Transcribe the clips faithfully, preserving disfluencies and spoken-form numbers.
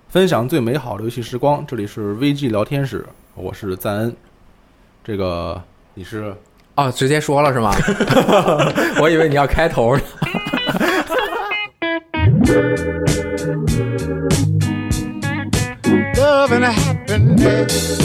分享最美好的游戏时光，这里是 V G 聊天室，我是赞恩。这个你是哦，直接说了是吗？我以为你要开头呢。 Love and happiness.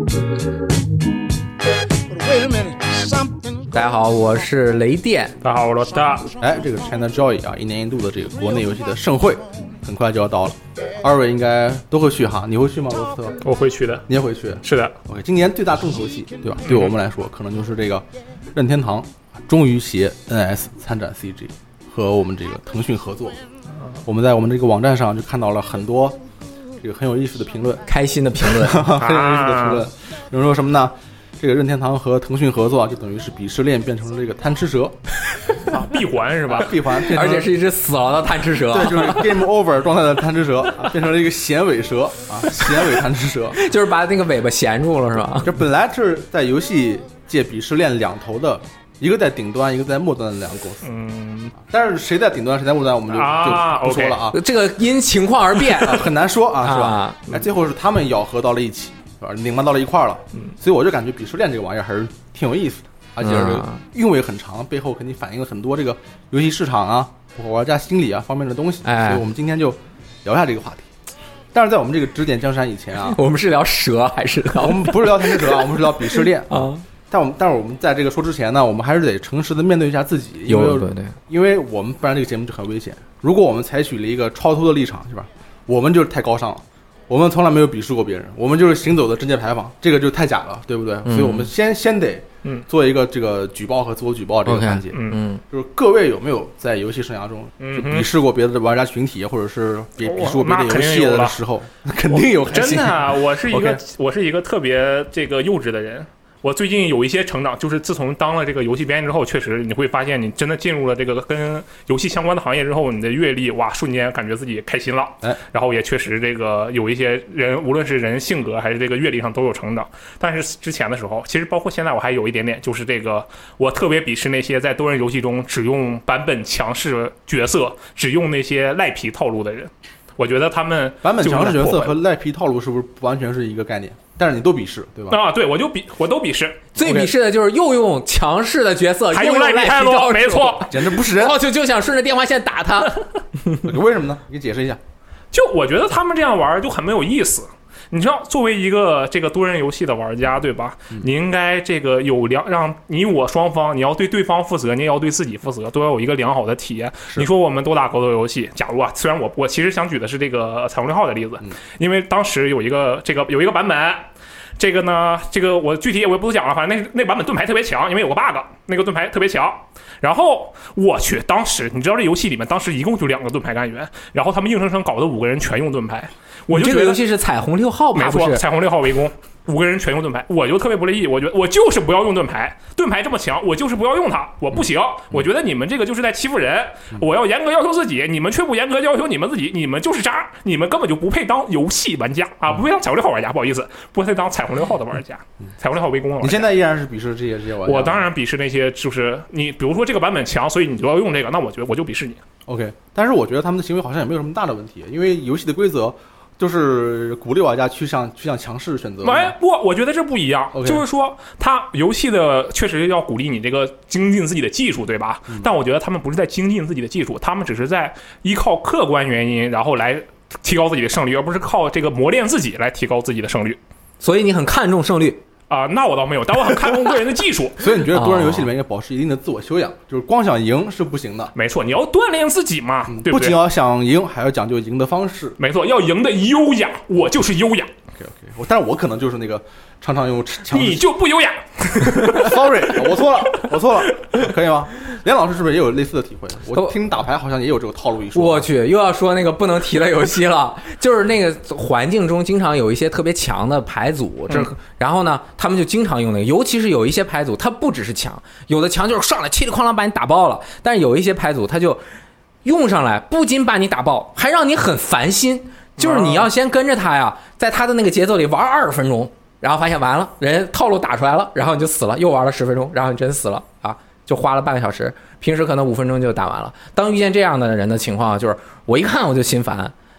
But wait a minute, something. 大家好，我是雷电。 大家好，我是罗大。 哎，这个 China Joy 啊，一年一度的这个国内游戏的盛会，很快就要到了。二位应该都会去哈，你会去吗，罗斯特？ 我会去的。 你也会去？ 是的。 OK， 今年最大重头戏，对吧？对我们来说，可能就是这个任天堂终于携 N S 参展 C G 和我们这个腾讯合作。我们在我们这个网站上就看到了很多这个很有意思的评论， 开心的评论， 很有意思的评论。有人说什么呢？这个任天堂和腾讯合作，就等于是鄙视链变成了这个贪吃蛇啊，闭环是吧？ 闭环， 而且是一只死了的贪吃蛇。 对，就是 game over 状态的贪吃蛇啊，变成了一个衔尾蛇啊，衔尾贪吃蛇， 就是把那个尾巴衔住了，是吧？ 这本来是在游戏界鄙视链两头的。一个在顶端，一个在末端的两个公司。嗯，但是谁在顶端，谁在末端，我们就、啊、就不说了啊。 这个因情况而变， 啊、很难说啊，是吧？ 啊、 哎，最后是他们咬合到了一起，是吧？拧巴到了一块了。嗯，所以我就感觉鄙视链这个玩意儿还是挺有意思的，而且这个韵味很长，背后肯定反映了很多这个游戏市场啊，包括玩家心理啊方面的东西。哎，所以我们今天就聊一下这个话题。但是在我们这个指点江山以前啊， 我们是聊蛇还是聊？ 我们不是聊贪吃蛇啊，我们是聊鄙视链啊。 但我们，但是我们在这个说之前呢，我们还是得诚实的面对一下自己，因为有对对， 因为我们不然这个节目就很危险。如果我们采取了一个超脱的立场，是吧？我们就是太高尚了，我们从来没有鄙视过别人，我们就是行走的贞洁牌坊，这个就太假了，对不对？嗯、所以我们先先得嗯做一个这个举报和自我举报这个环节。嗯嗯，就是各位有没有在游戏生涯中就鄙视过别的玩家群体，或者是鄙鄙视过别的游戏的时候？肯定有， 真的啊！我是一个、okay. 我是一个特别这个幼稚的人。我最近有一些成长，就是自从当了这个游戏编辑之后，确实你会发现，你真的进入了这个跟游戏相关的行业之后，你的阅历哇，瞬间感觉自己开心了。哎，然后也确实这个有一些人，无论是人性格还是这个阅历上都有成长。但是之前的时候，其实包括现在，我还有一点点，就是这个我特别鄙视那些在多人游戏中只用版本强势角色，只用那些赖皮套路的人。我觉得他们版本强势角色和赖皮套路是不是不完全是一个概念？但是你都鄙视，对吧？ 啊，对，我就鄙，我都鄙视。 最鄙视的就是又用强势的角色， 还用赖皮套路，没错， 简直不是人。 然后就就想顺着电话线打他。 为什么呢？你解释一下。 就我觉得他们这样玩就很没有意思。你知道，作为一个这个多人游戏的玩家，对吧？嗯、你应该这个有良，让你我双方，你要对对方负责，你也要对自己负责，都要有一个良好的体验。你说我们都打格斗游戏，假如啊，虽然我我其实想举的是这个彩虹六号的例子，嗯、因为当时有一个这个有一个版本。这个呢，这个我具体我也不讲了，反正那那版本盾牌特别强，因为有个 bug， 那个盾牌特别强。然后我去，当时你知道这游戏里面当时一共就两个盾牌干员，然后他们硬生生搞的五个人全用盾牌，我就觉得这个游戏是彩虹六号吧？ 没错，彩虹六号围攻。五个人全用盾牌，我就特别不乐意。我觉得我就是不要用盾牌，盾牌这么强，我就是不要用它，我不行。我觉得你们这个就是在欺负人，我要严格要求自己，你们却不严格要求你们自己，你们就是渣，你们根本就不配当游戏玩家啊，不配当彩虹六号玩家，不好意思，不配当彩虹六号的玩家，彩虹六号围攻的玩家。 你现在依然是鄙视这些这些玩家？ 我当然鄙视那些，就是你比如说这个版本强，所以你就要用这个，那我觉得我就鄙视你。 OK， 但是我觉得他们的行为好像也没有什么大的问题，因为游戏的规则。就是鼓励玩家去向去向强势选择。 哎，不，我觉得这不一样。Okay. 就是说，他游戏的确实要鼓励你这个精进自己的技术，对吧？嗯、但我觉得他们不是在精进自己的技术，他们只是在依靠客观原因，然后来提高自己的胜率，而不是靠这个磨练自己来提高自己的胜率。 所以你很看重胜率。 啊、呃，那我倒没有，但我很看重个人的技术。 所以你觉得多人游戏里面应该保持一定的自我修养，就是光想赢是不行的。 没错，你要锻炼自己嘛，嗯、对不对？ 不仅要想赢，还要讲究赢的方式。 没错，要赢的优雅，我就是优雅。 OK OK， 但是我可能就是那个常常用强势。 你就不优雅。 Sorry， 我错了，我错了，可以吗？连老师是不是也有类似的体会？我听打牌好像也有这个套路一说。 我去，又要说那个不能提的游戏了，就是那个环境中经常有一些特别强的牌组，这、嗯、然后呢，他们就经常用那个，尤其是有一些牌组，它不只是强，有的强就是上来嘁里哐啷把你打爆了，但是有一些牌组，它就用上来不仅把你打爆，还让你很烦心，就是你要先跟着他呀，在他的那个节奏里玩二十分钟。然后发现完了，人套路打出来了，然后你就死了，又玩了十分钟，然后你真死了啊，就花了半个小时。平时可能五分钟就打完了。当遇见这样的人的情况，就是我一看我就心烦，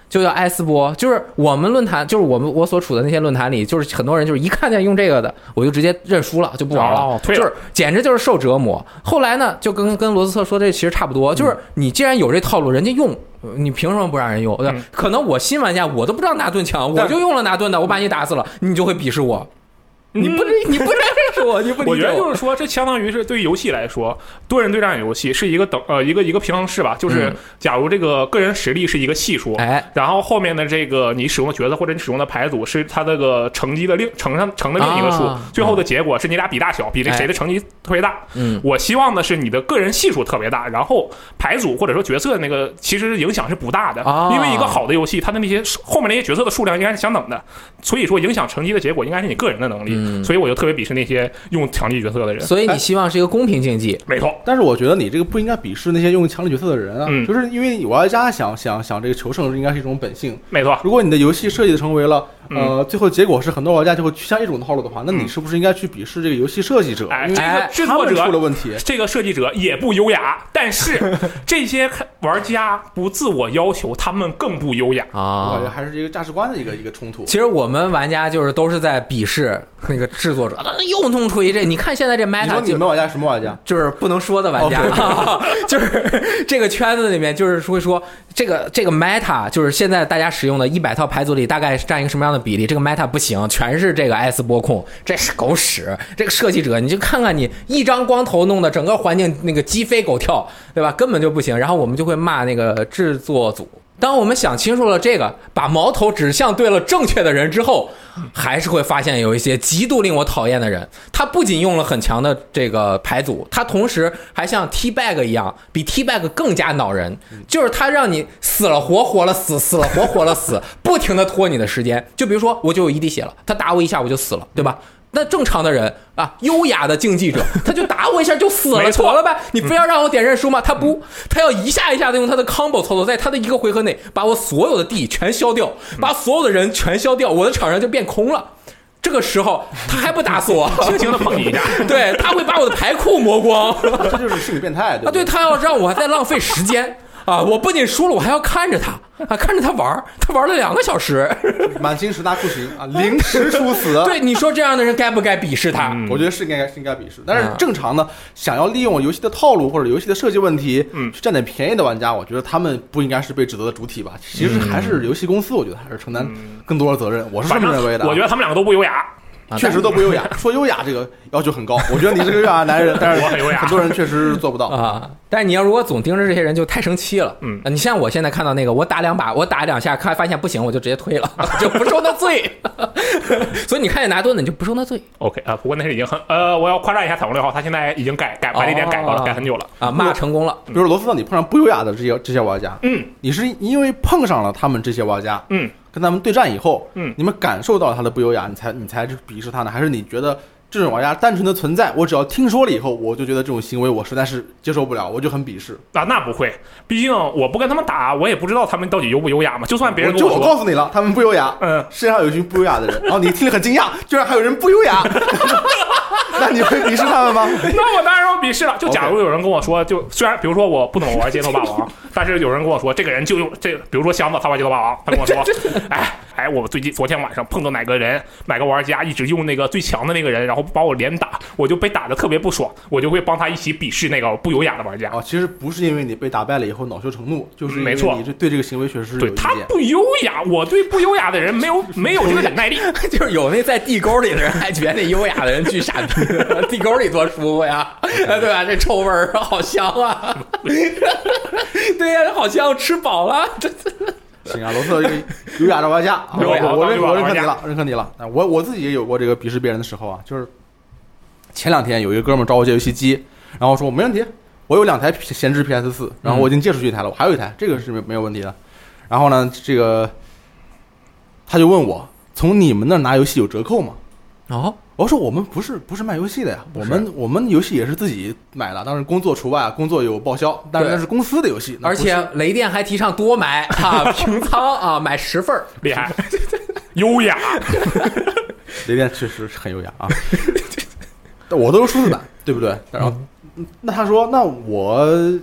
就叫埃斯波，就是我们论坛，就是我们我所处的那些论坛里，就是很多人就是一看见用这个的，我就直接认输了，就不玩了， 哦、退了就是简直就是受折磨。后来呢，就跟跟罗斯特说这其实差不多，就是你既然有这套路，人家用。你凭什么不让人用？对、嗯，可能我新玩家我都不知道拿盾强，我就用了拿盾的，我把你打死了，你就会鄙视我。你不你不认识我，你不理解我。 我觉得就是说，这相当于是对于游戏来说，多人对战游戏是一个等呃一个一个平衡式吧。就是假如这个个人实力是一个系数， 哎、嗯， 然后后面的这个你使用的角色或者你使用的牌组是它这个成绩的另乘上乘的另一个数、啊，最后的结果是你俩比大小，比这谁的成绩特别大。 嗯、 哎，我希望的是你的个人系数特别大，然后牌组或者说角色的那个其实影响是不大的， 啊、 因为一个好的游戏，它的那些后面那些角色的数量应该是相等的，所以说影响成绩的结果应该是你个人的能力。嗯、所以我就特别鄙视那些用强力角色的人， 所以你希望是一个公平竞技， 没错。 但是我觉得你这个不应该鄙视那些用强力角色的人啊， 嗯、 就是因为玩家想想想这个求胜应该是一种本性， 没错。 如果你的游戏设计成为了呃、 嗯、 最后结果是很多玩家就会趋向一种套路的话，那你是不是应该去鄙视这个游戏设计者？ 哎， 因为这个制作者出了问题， 这个设计者也不优雅，但是这些玩家不自我要求，他们更不优雅啊！ 我感觉还是一个价值观的一个一个冲突。 其实我们玩家就是都是在鄙视那个制作者，又弄出一这，你看现在这 meta， 你说你们玩家什么玩家？ 就是不能说的玩家， okay. 就是这个圈子里面，就是会说这个这个 meta， 就是现在大家使用的一百套牌组里，大概是占一个什么样的比例？这个 meta 不行，全是这个埃斯波控，这是狗屎。这个设计者，你就看看你一张光头弄的整个环境那个鸡飞狗跳，对吧？根本就不行。然后我们就会骂那个制作组。当我们想清楚了这个，把矛头指向对了正确的人之后，还是会发现有一些极度令我讨厌的人。他不仅用了很强的这个牌组，他同时还像 T-Bag 一样，比 T-Bag 更加恼人。就是他让你死了活活了死，死了活活了死，不停的拖你的时间。就比如说，我就有一滴血了，他打我一下我就死了，对吧？那正常的人啊，优雅的竞技者，他就打我一下就死了，妥了呗。你非要让我点认输吗？他不，他要一下一下的用他的 combo 操作，在他的一个回合内把我所有的地全消掉，把所有的人全消掉，我的场上就变空了。这个时候他还不打死我， 轻轻的碰你一下， 对，他会把我的牌库磨光， 这就是心理变态，对吧？ 啊，对，他要让我再浪费时间。啊！我不仅输了，我还要看着他啊，看着他玩，他玩了两个小时， 满清十大酷刑啊，零时殊死。 对，你说这样的人该不该鄙视他？ 嗯、我觉得是应该是应该鄙视。但是正常的，想要利用游戏的套路或者游戏的设计问题，嗯，去占点便宜的玩家，我觉得他们不应该是被指责的主体吧？其实还是游戏公司，我觉得还是承担更多的责任。我是这么认为的。 我觉得他们两个都不优雅。 确实都不优雅，说优雅这个要求很高，我觉得你是个优雅的男人，但是我很优雅， 很多人确实做不到啊。但是你要如果总盯着这些人，就太生气了。 嗯， 你像我现在看到那个，我打两把，我打两下，看发现不行，我就直接推了，就不受那罪。所以你看见拿盾的，你就不受那罪。 OK 啊，不过那是已经很呃，我要夸赞一下彩虹六号，他现在已经改改把这点改过了，改很久了啊，骂成功了。 比如罗斯特，你碰上不优雅的这些这些玩家， 嗯， 你是因为碰上了他们这些玩家， 嗯。 跟他们对战以后， 嗯， 你们感受到他的不优雅，你才你才鄙视他呢？还是你觉得这种玩家单纯的存在，我只要听说了以后，我就觉得这种行为我实在是接受不了，我就很鄙视啊？那不会，毕竟我不跟他们打，我也不知道他们到底优不优雅嘛。就算别人跟我说， 就我告诉你了，他们不优雅， 嗯， 世界上有一群不优雅的人，然后你听了很惊讶，居然还有人不优雅。那你会鄙视他们吗？ 那我当然要鄙视了。就假如有人跟我说，就虽然比如说我不怎么玩街头霸王，但是有人跟我说这个人就用这，比如说箱子他玩街头霸王，他跟我说，哎哎，我最近昨天晚上碰到哪个人，哪个玩家一直用那个最强的那个人，然后把我连打，我就被打得特别不爽，我就会帮他一起鄙视那个不优雅的玩家。 啊，其实不是因为你被打败了以后恼羞成怒，就是因为没错， 你对这个行为确实有对他不优雅，我对不优雅的人没有没有这个忍耐力。 就是有那在地沟里的人还觉得那优雅的人巨傻逼。地沟里多舒服呀，对吧？这臭味儿好香啊！对呀，好香，吃饱了。这行啊，罗特这个优雅的玩家，我我认我认可你了，认可你了。我我自己也有过这个鄙视别人的时候啊，就是前两天有一个哥们儿找我借游戏机，然后说我没问题，我有两台闲置 P S 四，然后我已经借出去一台了，我还有一台，这个是没有问题的。然后呢，这个他就问我，从你们那儿拿游戏有折扣吗？ 哦。 我说我们不是不是卖游戏的呀，我们我们游戏也是自己买的，当然工作除外，工作有报销，但是那是公司的游戏。 而且雷电还提倡多买啊，平仓啊，买十份厉害，优雅。 雷电确实很优雅啊，我都是数字版，对不对？然后那他说，那我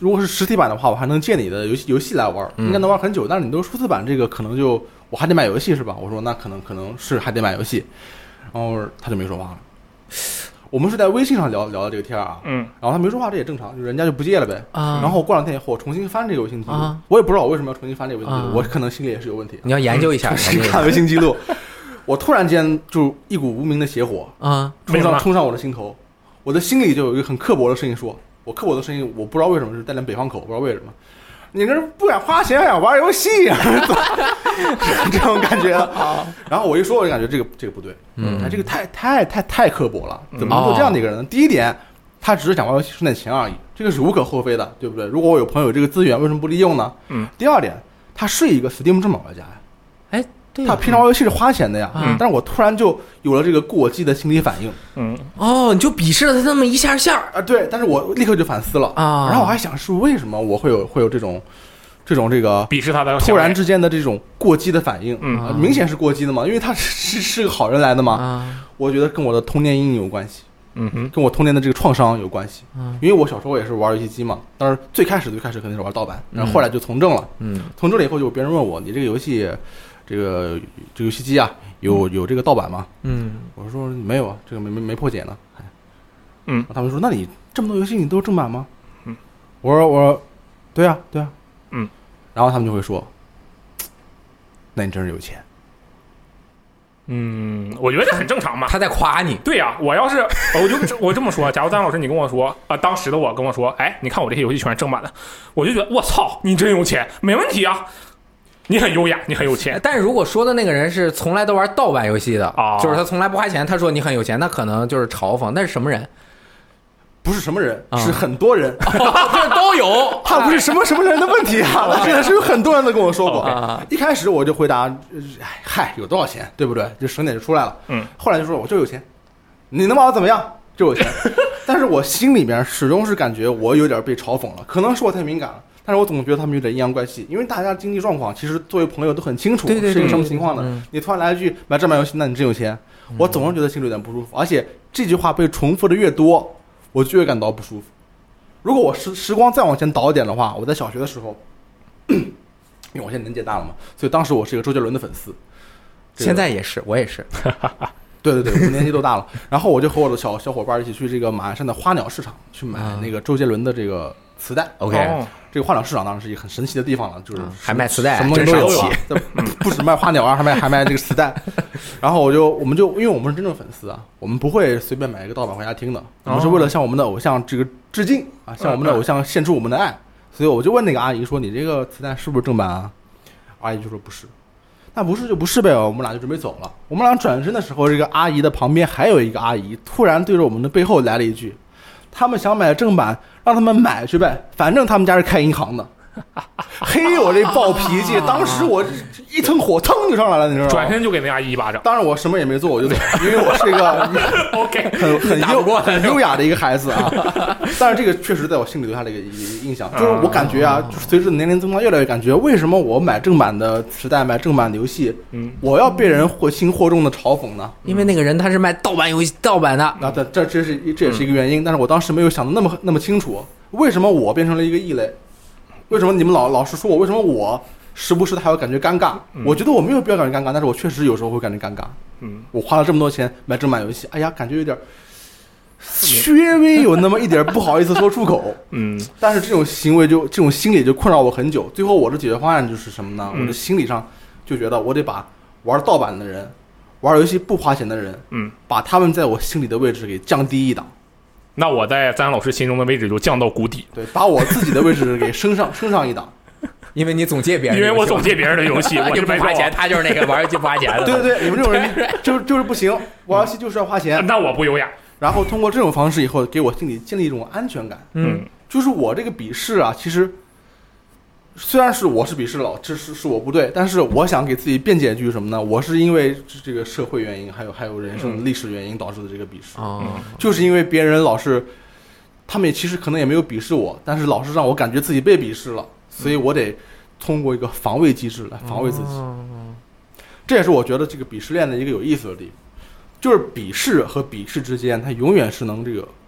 如果是实体版的话，我还能借你的游戏游戏来玩， 嗯应该能玩很久。但是你都数字版这个，可能就我还得买游戏是吧？我说那可能可能是还得买游戏，然后他就没说话了。我们是在微信上聊聊的这个天啊， 嗯， 然后他没说话，这也正常，就人家就不接了呗。 啊然后过两天以后，我重新翻这个微信记录， 啊我也不知道我为什么要重新翻这个微信记录， 啊我可能心里也是有问题。 你要研究一下， 重新研究一下看微信记录，我突然间就一股无名的邪火啊冲为什么上冲上我的心头，我的心里就有一个很刻薄的声音说，我刻薄的声音，我不知道为什么是带点北方口，不知道为什么。你这不敢花钱，还想玩游戏啊？这种感觉。然后我一说，我就感觉这个这个不对， 嗯哎，这个太太太太刻薄了，怎么能做这样的一个人呢？第一点，他只是想玩游戏省点钱而已，这个是无可厚非的，对不对？如果我有朋友有这个资源，为什么不利用呢？ 嗯。 第二点，他是一个 Steam 正版玩家呀， 哎，对他平常玩游戏是花钱的呀， 嗯但是我突然就有了这个过激的心理反应嗯， 哦，你就鄙视了他那么一下下啊，对，但是我立刻就反思了啊然后我还想是为什么我会有会有这种这种这个鄙视他的突然之间的这种过激的反应， 嗯啊明显是过激的嘛，因为他是是个好人来的嘛， 啊我觉得跟我的童年阴影有关系， 嗯哼， 跟我童年的这个创伤有关系， 嗯因为我小时候也是玩游戏机嘛，但是最开始最开始肯定是玩盗版，然后后来就从政了， 嗯从政了以后就别人问我，你这个游戏这个这个游戏机啊有有这个盗版吗？ 嗯我说没有啊，这个没没没破解呢。哎嗯然后他们说那你这么多游戏你都是正版吗？ 嗯， 我说我说对啊对啊， 嗯， 然后他们就会说，那你真是有钱。 嗯，我觉得这很正常嘛。 他在夸你， 对呀、我要是我就我这么说，假如张老师你跟我说啊、当时的我跟我说，哎，你看我这些游戏全是正版的，我就觉得我操，你真有钱，没问题啊，你很优雅，你很有钱。 但是如果说的那个人是从来都玩盗版游戏的， 啊就是他从来不花钱，他说你很有钱，那可能就是嘲讽。那是什么人？ 不是什么人， 啊是很多人， 这都有， 他不是什么什么人的问题啊，这个是有很多人都跟我说过。 啊一开始我就回答，呃哎嗨，有多少钱，对不对？就省点就出来了。 嗯， 后来就说我就有钱，你能把我怎么样？就有钱。但是我心里面始终是感觉我有点被嘲讽了，可能是我太敏感了。但是我总觉得他们有点阴阳怪气，因为大家经济状况其实作为朋友都很清楚对对对是一个什么情况的。 嗯你突然来一句买正版游戏，那你真有钱，我总是觉得心里有点不舒服。而且这句话被重复的越多，我就越感到不舒服。如果我时时光再往前倒一点的话，我在小学的时候，因为我现在年纪也大了嘛，所以当时我是一个周杰伦的粉丝。这个现在也是，我也是。 对对对，我们年纪都大了。然后我就和我的小小伙伴一起去这个马鞍山的花鸟市场去买啊那个周杰伦的这个磁带。 OK， 哦这个花鸟市场当然是一个很神奇的地方了，就是嗯还卖磁带什么东西都有真啊，这不止卖花鸟啊，还卖还卖这个磁带。然后我就我们就因为我们是真正粉丝啊，我们不会随便买一个盗版回家听的，我们是为了向我们的偶像这个致敬啊，向我们的偶像献出我们的爱。所以我就问那个阿姨说：“你这个磁带是不是正版啊？”阿姨就说：“不是。”那不是就不是呗，我们俩就准备走了。我们俩转身的时候，这个阿姨的旁边还有一个阿姨，突然对着我们的背后来了一句：“他们想买正版，让他们买去呗，反正他们家是开银行的。”嘿，我这暴脾气，当时我一层火腾就上来了，你知道吗？ 转身就给那阿姨一巴掌。 当然我什么也没做，我就走，因为我是一个 OK， 很很优打不过很优雅的一个孩子啊。但是这个确实在我心里留下了一个一个印象，就是我感觉啊，就是随着年龄增长，越来越感觉为什么我买正版的磁带、买正版的游戏， 嗯， 我要被人或轻或重的嘲讽呢？ 因为那个人他是卖盗版游戏盗版的， 那这这这是这也是一个原因，但是我当时没有想的那么那么清楚，为什么我变成了一个异类？为什么你们老老是说我？为什么我时不时的还要感觉尴尬？我觉得我没有必要感觉尴尬，但是我确实有时候会感觉尴尬。 嗯， 我花了这么多钱买正版游戏，哎呀，感觉有点略微有那么一点不好意思说出口。 嗯， 但是这种行为就这种心理就困扰我很久。最后我的解决方案就是什么呢？ 嗯我的心理上就觉得我得把玩盗版的人、玩游戏不花钱的人， 嗯， 把他们在我心里的位置给降低一档。 那我在赞恩老师心中的位置就降到谷底， 对，把我自己的位置给升上升上一档。 因为你总借别人因的游戏， 为我总借别人的游戏，我就是白嫖不花钱，他就是那个玩游戏不花钱的。 对对对，你们这种人就就是不行，玩游戏就是要花钱。 那我不优雅。 然后通过这种方式以后，给我心里建立一种安全感。 嗯， 就是我这个鄙视啊，其实虽然是我是鄙视了，这是是我不对，但是我想给自己辩解一句什么呢？我是因为这个社会原因，还有还有人生的历史原因导致的这个鄙视， 哦， 就是因为别人老是，他们也其实可能也没有鄙视我，但是老是让我感觉自己被鄙视了，所以我得通过一个防卫机制来防卫自己。这也是我觉得这个鄙视链的一个有意思的地方，就是鄙视和鄙视之间，它永远是能这个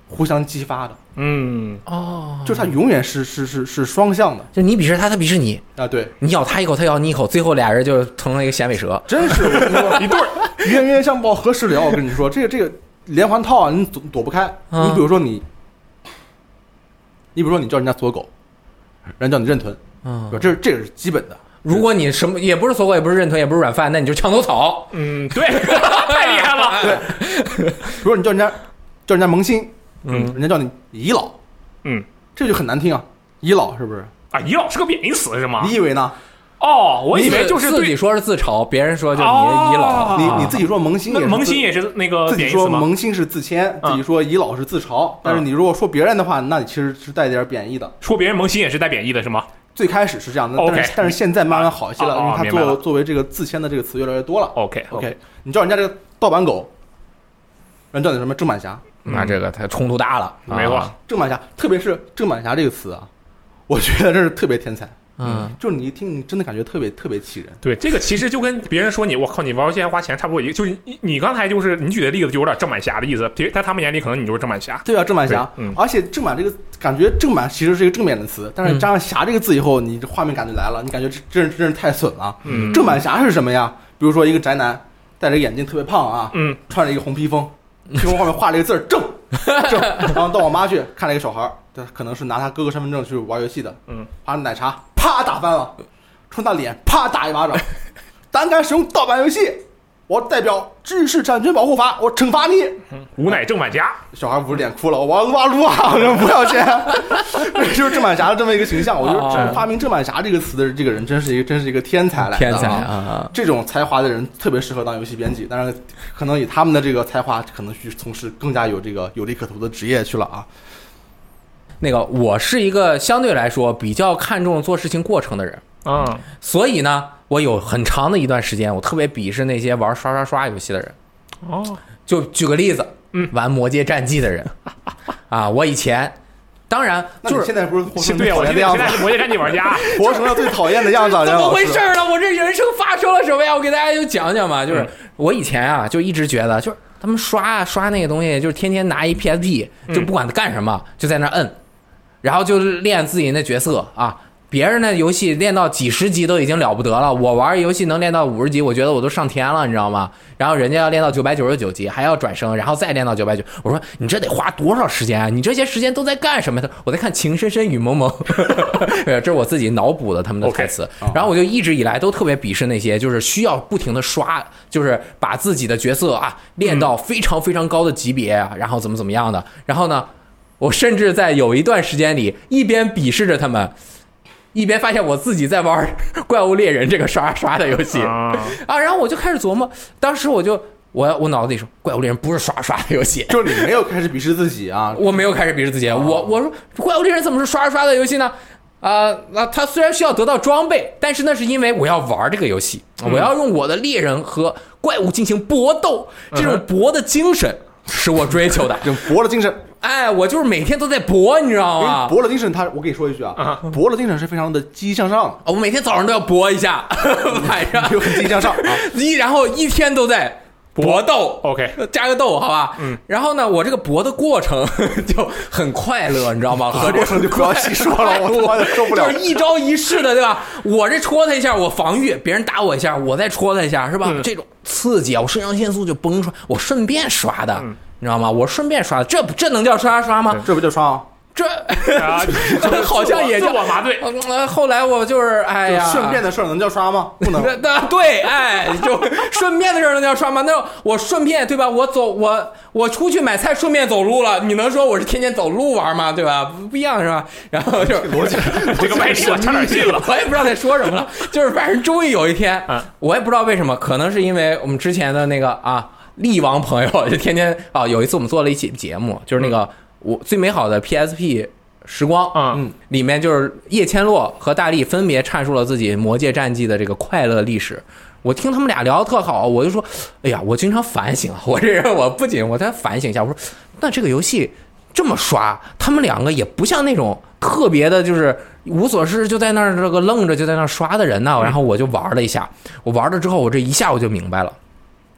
互相激发的， 嗯， 哦， 就是它永远是是是是双向的就你鄙视他，他鄙视你， 啊，对， 你咬他一口，他咬你一口，最后俩人就成了一个响尾蛇。 真是我跟你说一对儿冤冤相报何时了，我跟你说这个这个连环套啊，你躲躲不开， 嗯你比如说你，你比如说你叫人家锁狗，人家叫你认屯， 嗯， 这是这个是基本的。 如果你什么也不是锁狗，也不是认屯，也不是软饭，那你就墙头草。 嗯，对，太厉害了。 对，比如说你叫人家叫人家萌新， 嗯， 人家叫你姨老， 嗯， 这就很难听啊，姨老是不是？ 啊，姨老是个贬义词是吗？ 你以为呢？ 哦，我以为就是对自己说是自嘲，别人说就是你的姨老。 哦你你自己说萌新也是自， 那萌新也是那个自己说贬义词吗？ 萌新是自谦， 嗯自己说姨老是自嘲，但是你如果说别人的话，那你其实是带点贬义的。 说别人萌新也是带贬义的是吗最开始是这样的， OK 但是但是现在慢慢好一些了， 哦哦因为它明白了作作为这个自谦的这个词越来越多了。 ？OK OK，你叫人家这个盗版狗，人叫你什么郑满侠？ 那这个他冲突大了， 没错啊郑满侠，特别是郑满侠这个词啊，我觉得这是特别天才。 嗯， 就是你一听，你真的感觉特别特别气人。 对，这个其实就跟别人说你，我靠，你玩游戏还花钱差不多一个，就是你你刚才就是你举的例子就有点郑满侠的意思，别在他们眼里可能你就是郑满侠。 对啊，郑满侠， 对嗯而且郑满这个感觉，郑满其实是一个正面的词，但是加上侠这个字以后，你这画面感就来了，你感觉这真是真是太损了。 嗯郑满侠是什么呀？比如说一个宅男，戴着眼镜，特别胖啊， 嗯， 穿着一个红披风，披风上面画了一个字儿正正，然后到我妈去看了一个小孩儿，对，可能是拿他哥哥身份证去玩游戏的， 嗯， 把奶茶啪打翻了，冲他脸啪打一巴掌，胆敢使用盗版游戏，我代表知识产权保护法，我惩罚你。 无乃郑满侠。 小孩捂着脸哭了，我要撸啊撸啊，我说不要钱。这就是郑满侠的这么一个形象，我觉得这发明郑满侠这个词的这个人，真是一个真是一个天才来的、啊， 天才啊！ 这种才华的人特别适合当游戏编辑，当然，可能以他们的这个才华，可能去从事更加有这个有利可图的职业去了啊。 那个，我是一个相对来说比较看重做事情过程的人， 嗯， 所以呢，我有很长的一段时间，我特别鄙视那些玩刷刷刷游戏的人。 哦， 就举个例子， 嗯， 玩《魔界战记》的人，啊，我以前，当然就是那你现在不是活成对呀，我现讨厌的样子在现在，是魔界战记玩家。 活成了最讨厌的样子， 怎么回事呢？ 呢？我这人生发生了什么呀？我给大家就讲讲嘛。就是、 嗯、 我以前啊，就一直觉得，就是他们刷啊刷那个东西，就是天天拿一 P S P， 就不管他干什么，嗯、就在那摁，然后就练自己那角色啊。别人的游戏练到几十级都已经了不得了，我玩游戏能练到五十级，我觉得我都上天了，你知道吗？然后人家要练到九百九十九级，还要转生，然后再练到九百九。我说你这得花多少时间啊？你这些时间都在干什么？我在看《情深深雨蒙蒙》，这是我自己脑补的他们的台词。 Okay. 然后我就一直以来都特别鄙视那些就是需要不停的刷，就是把自己的角色啊练到非常非常高的级别啊，然后怎么怎么样的。然后呢，我甚至在有一段时间里一边鄙视着他们。一边发现我自己在玩怪物猎人这个刷刷的游戏啊，然后我就开始琢磨，当时我就我我脑子里说，怪物猎人不是刷刷的游戏， 就是你没有开始鄙视自己啊， 我没有开始鄙视自己，我我说怪物猎人怎么是刷刷的游戏呢？啊、呃，那它虽然需要得到装备，但是那是因为我要玩这个游戏，我要用我的猎人和怪物进行搏斗，这种搏的精神是我追求的， 这种搏的精神。 哎，我就是每天都在搏，你知道吗？ 搏的精神，他我跟你说一句啊，搏的精神是非常的积极向上的。 我每天早上都要搏一下，晚上就很积极向上啊， 一然后一天都在搏斗 ，OK， 加个斗，好吧， 嗯， 然后呢，我这个搏的过程就很快乐，你知道吗？和这过程就不要细说了，我他妈的受不了。 就是一招一式的，对吧？我这戳他一下，我防御；别人打我一下，我再戳他一下，是吧？ 嗯、 这种刺激啊，我肾上腺素就崩出来，我顺便刷的。嗯，你知道吗？我顺便刷的，这这能叫刷刷吗？ 这不叫刷啊， 这、 啊、 好像也叫自我麻醉。 呃，后来我就是哎呀， 顺便的事儿能叫刷吗？不能。 对，哎，就顺便的事儿能叫刷吗？那我顺便对吧？我走我我出去买菜顺便走路了，你能说我是天天走路玩吗？对吧？不不一样是吧？然后就逻辑， 这个歪理我差点信了， 我也不知道在说什么了。就是反正终于有一天，我也不知道为什么，可能是因为我们之前的那个啊。力王朋友就天天啊，有一次我们做了一期节目，就是那个我最美好的 P S P 时光， 嗯， 里面就是叶千洛和大力分别阐述了自己《魔界战记》的这个快乐历史。我听他们俩聊得特好，我就说，哎呀，我经常反省，我这人我不仅我在反省一下，我说，那这个游戏这么刷，他们两个也不像那种特别的，就是无所事就在那儿这个愣着就在那儿刷的人呢。然后我就玩了一下，我玩了之后，我这一下我就明白了。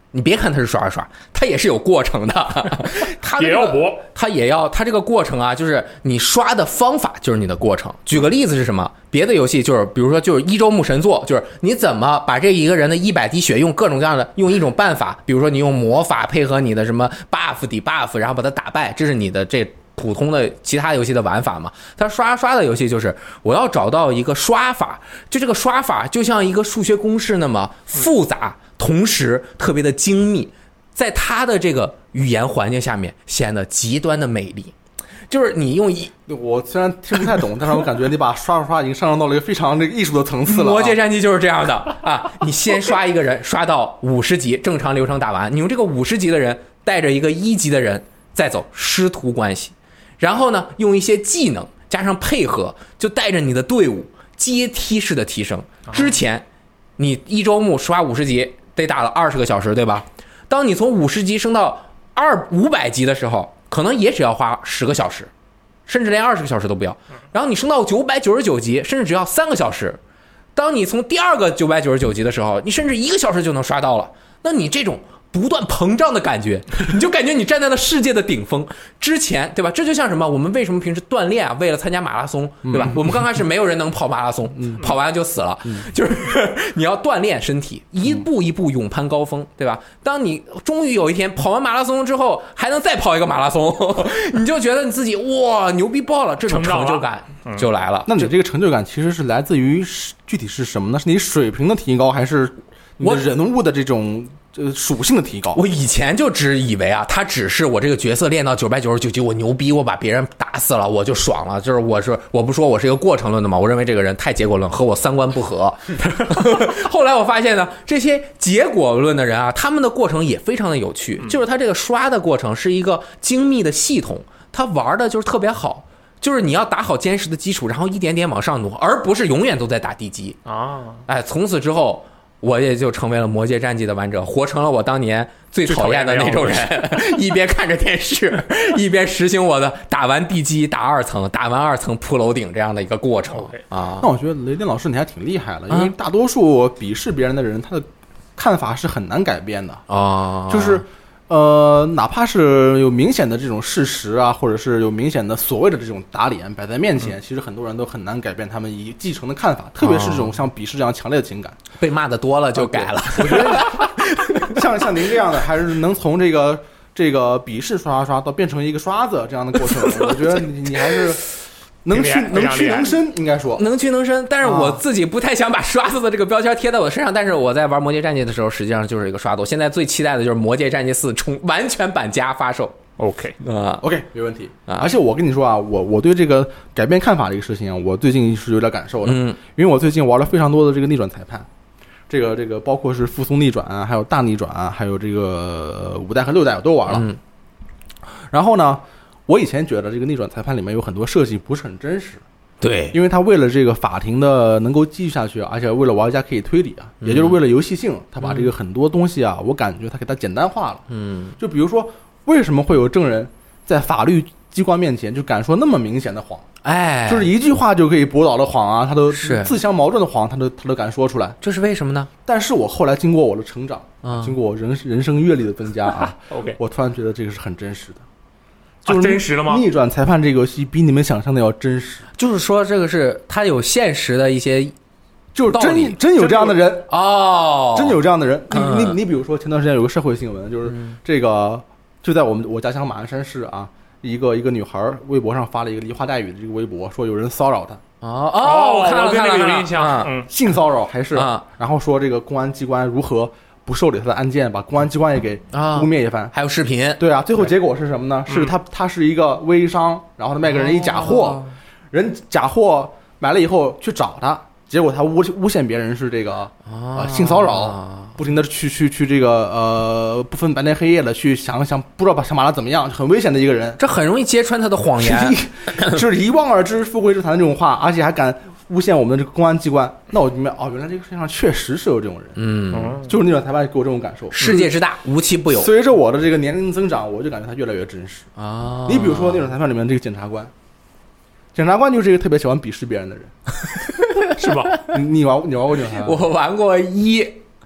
你别看他是刷刷刷，他也是有过程的，他、这个、 也要搏， 他也要他这个过程啊，就是你刷的方法就是你的过程。举个例子是什么？别的游戏就是比如说就是一周目神作，就是你怎么把这一个人的一百滴血用各种各样的用一种办法，比如说你用魔法配合你的什么 buff 抵 buff， 然后把它打败，这是你的这普通的其他游戏的玩法嘛。他刷刷的游戏就是我要找到一个刷法，就这个刷法就像一个数学公式那么复杂，同时特别的精密，在他的这个语言环境下面显得极端的美丽。就是你用一， 我虽然听不太懂，但是我感觉你把刷刷刷已经上升到了一个非常这个艺术的层次了、啊。 魔界战记就是这样的啊！你先刷一个人，刷到五十级，正常流程打完，你用这个五十级的人带着一个一级的人再走师徒关系，然后呢，用一些技能加上配合，就带着你的队伍阶梯式的提升。之前你一周目刷五十级得打了二十个小时，对吧？当你从五十级升到二五百级的时候，可能也只要花十个小时，甚至连二十个小时都不要。然后你升到九百九十九级，甚至只要三个小时。当你从第二个九百九十九级的时候，你甚至一个小时就能刷到了。那你这种不断膨胀的感觉，你就感觉你站在了世界的顶峰。之前，对吧？这就像什么？我们为什么平时锻炼啊？为了参加马拉松，对吧？嗯、我们刚开始没有人能跑马拉松，嗯、跑完就死了。嗯、就是你要锻炼身体，一步一步勇攀高峰，对吧？当你终于有一天跑完马拉松之后，还能再跑一个马拉松，你就觉得你自己哇牛逼爆了，这种成就感就来了。 那你这个成就感其实是来自于具体是什么呢？是你水平的提高，还是你的人物的这种？呃，属性的提高。 我以前就只以为啊，他只是我这个角色练到九百九十九级，我牛逼，我把别人打死了，我就爽了。就是我是我不说我是一个过程论的嘛，我认为这个人太结果论，和我三观不合。后来我发现呢，这些结果论的人啊，他们的过程也非常的有趣，就是他这个刷的过程是一个精密的系统，他玩的就是特别好。就是你要打好坚实的基础，然后一点点往上挪，而不是永远都在打地基啊！哎，从此之后。我也就成为了魔界战记的玩者，活成了我当年最讨厌的那种人，一边看着电视，一边实行我的打完地基、打二层、打完二层铺楼顶这样的一个过程啊。 那我觉得雷电老师你还挺厉害的，因为大多数鄙视别人的人，他的看法是很难改变的啊，就是。呃，哪怕是有明显的这种事实啊，或者是有明显的所谓的这种打脸摆在面前，嗯、其实很多人都很难改变他们已继承的看法，特别是这种像鄙视这样强烈的情感。 被骂的多了就改了。 我觉得像像您这样的，还是能从这个这个鄙视刷刷刷到变成一个刷子这样的过程，我觉得你你还是。能屈能屈能伸，应该说能屈能伸，但是我自己不太想把刷子的这个标签贴在我身上。但是我在玩《魔界战记》的时候，实际上就是一个刷子。我现在最期待的就是《魔界战记四》重完全版加发售。 OK 啊 ，OK 没问题啊。而且我跟你说啊，我我对这个改变看法这个事情啊，我最近是有点感受的，嗯，因为我最近玩了非常多的这个逆转裁判，这个这个包括是复苏逆转啊，还有大逆转啊，还有这个五代和六代我都玩了。嗯、然后呢？我以前觉得这个逆转裁判里面有很多设计不是很真实， 对， 因为他为了这个法庭的能够继续下去，而且为了玩家可以推理啊，也就是为了游戏性，他把这个很多东西啊，我感觉他给它简单化了。嗯，就比如说为什么会有证人在法律机关面前就敢说那么明显的谎？ 哎， 就是一句话就可以驳倒的谎啊，他都是自相矛盾的谎，他都他都敢说出来， 这是为什么呢？ 但是我后来经过我的成长，嗯、经过我人人生阅历的增加啊 ，OK， 我突然觉得这个是很真实的。 就是真实了吗？ 逆转裁判这个游戏比你们想象的要真实， 就是说这个是它有现实的一些， 就是真真有这样的人哦， 真有这样的人。你你你比如说前段时间有个社会新闻，就是这个就在我们我家乡马鞍山市啊，一个一个女孩微博上发了一个梨花带雨的这个微博，说有人骚扰她。 哦哦，我看了看了， 有印象， 嗯，性骚扰还是啊，然后说这个公安机关如何。不受理他的案件，把公安机关也给污蔑一番、啊， 还有视频， 对啊，最后结果是什么呢？是他他是一个微商，然后他卖给人一假货，哦、人假货买了以后去找他，结果他诬诬陷别人是这个啊、呃、性骚扰，不停的去去去这个呃不分白天黑夜的去想想，不知道把想把他怎么样，很危险的一个人， 这很容易揭穿他的谎言， 就是一望而知、富贵之谈的这种话，而且还敢。诬陷我们的这个公安机关，那我明白哦，原来这个世界上确实是有这种人，嗯，就是逆转裁判给我这种感受。 世界之大，无奇不有。 随着我的这个年龄增长，我就感觉它越来越真实啊。你比如说逆转裁判里面这个检察官，检察官就是一个特别喜欢鄙视别人的人， 是吧？ 你你玩你玩过逆转裁判？ 我玩过一，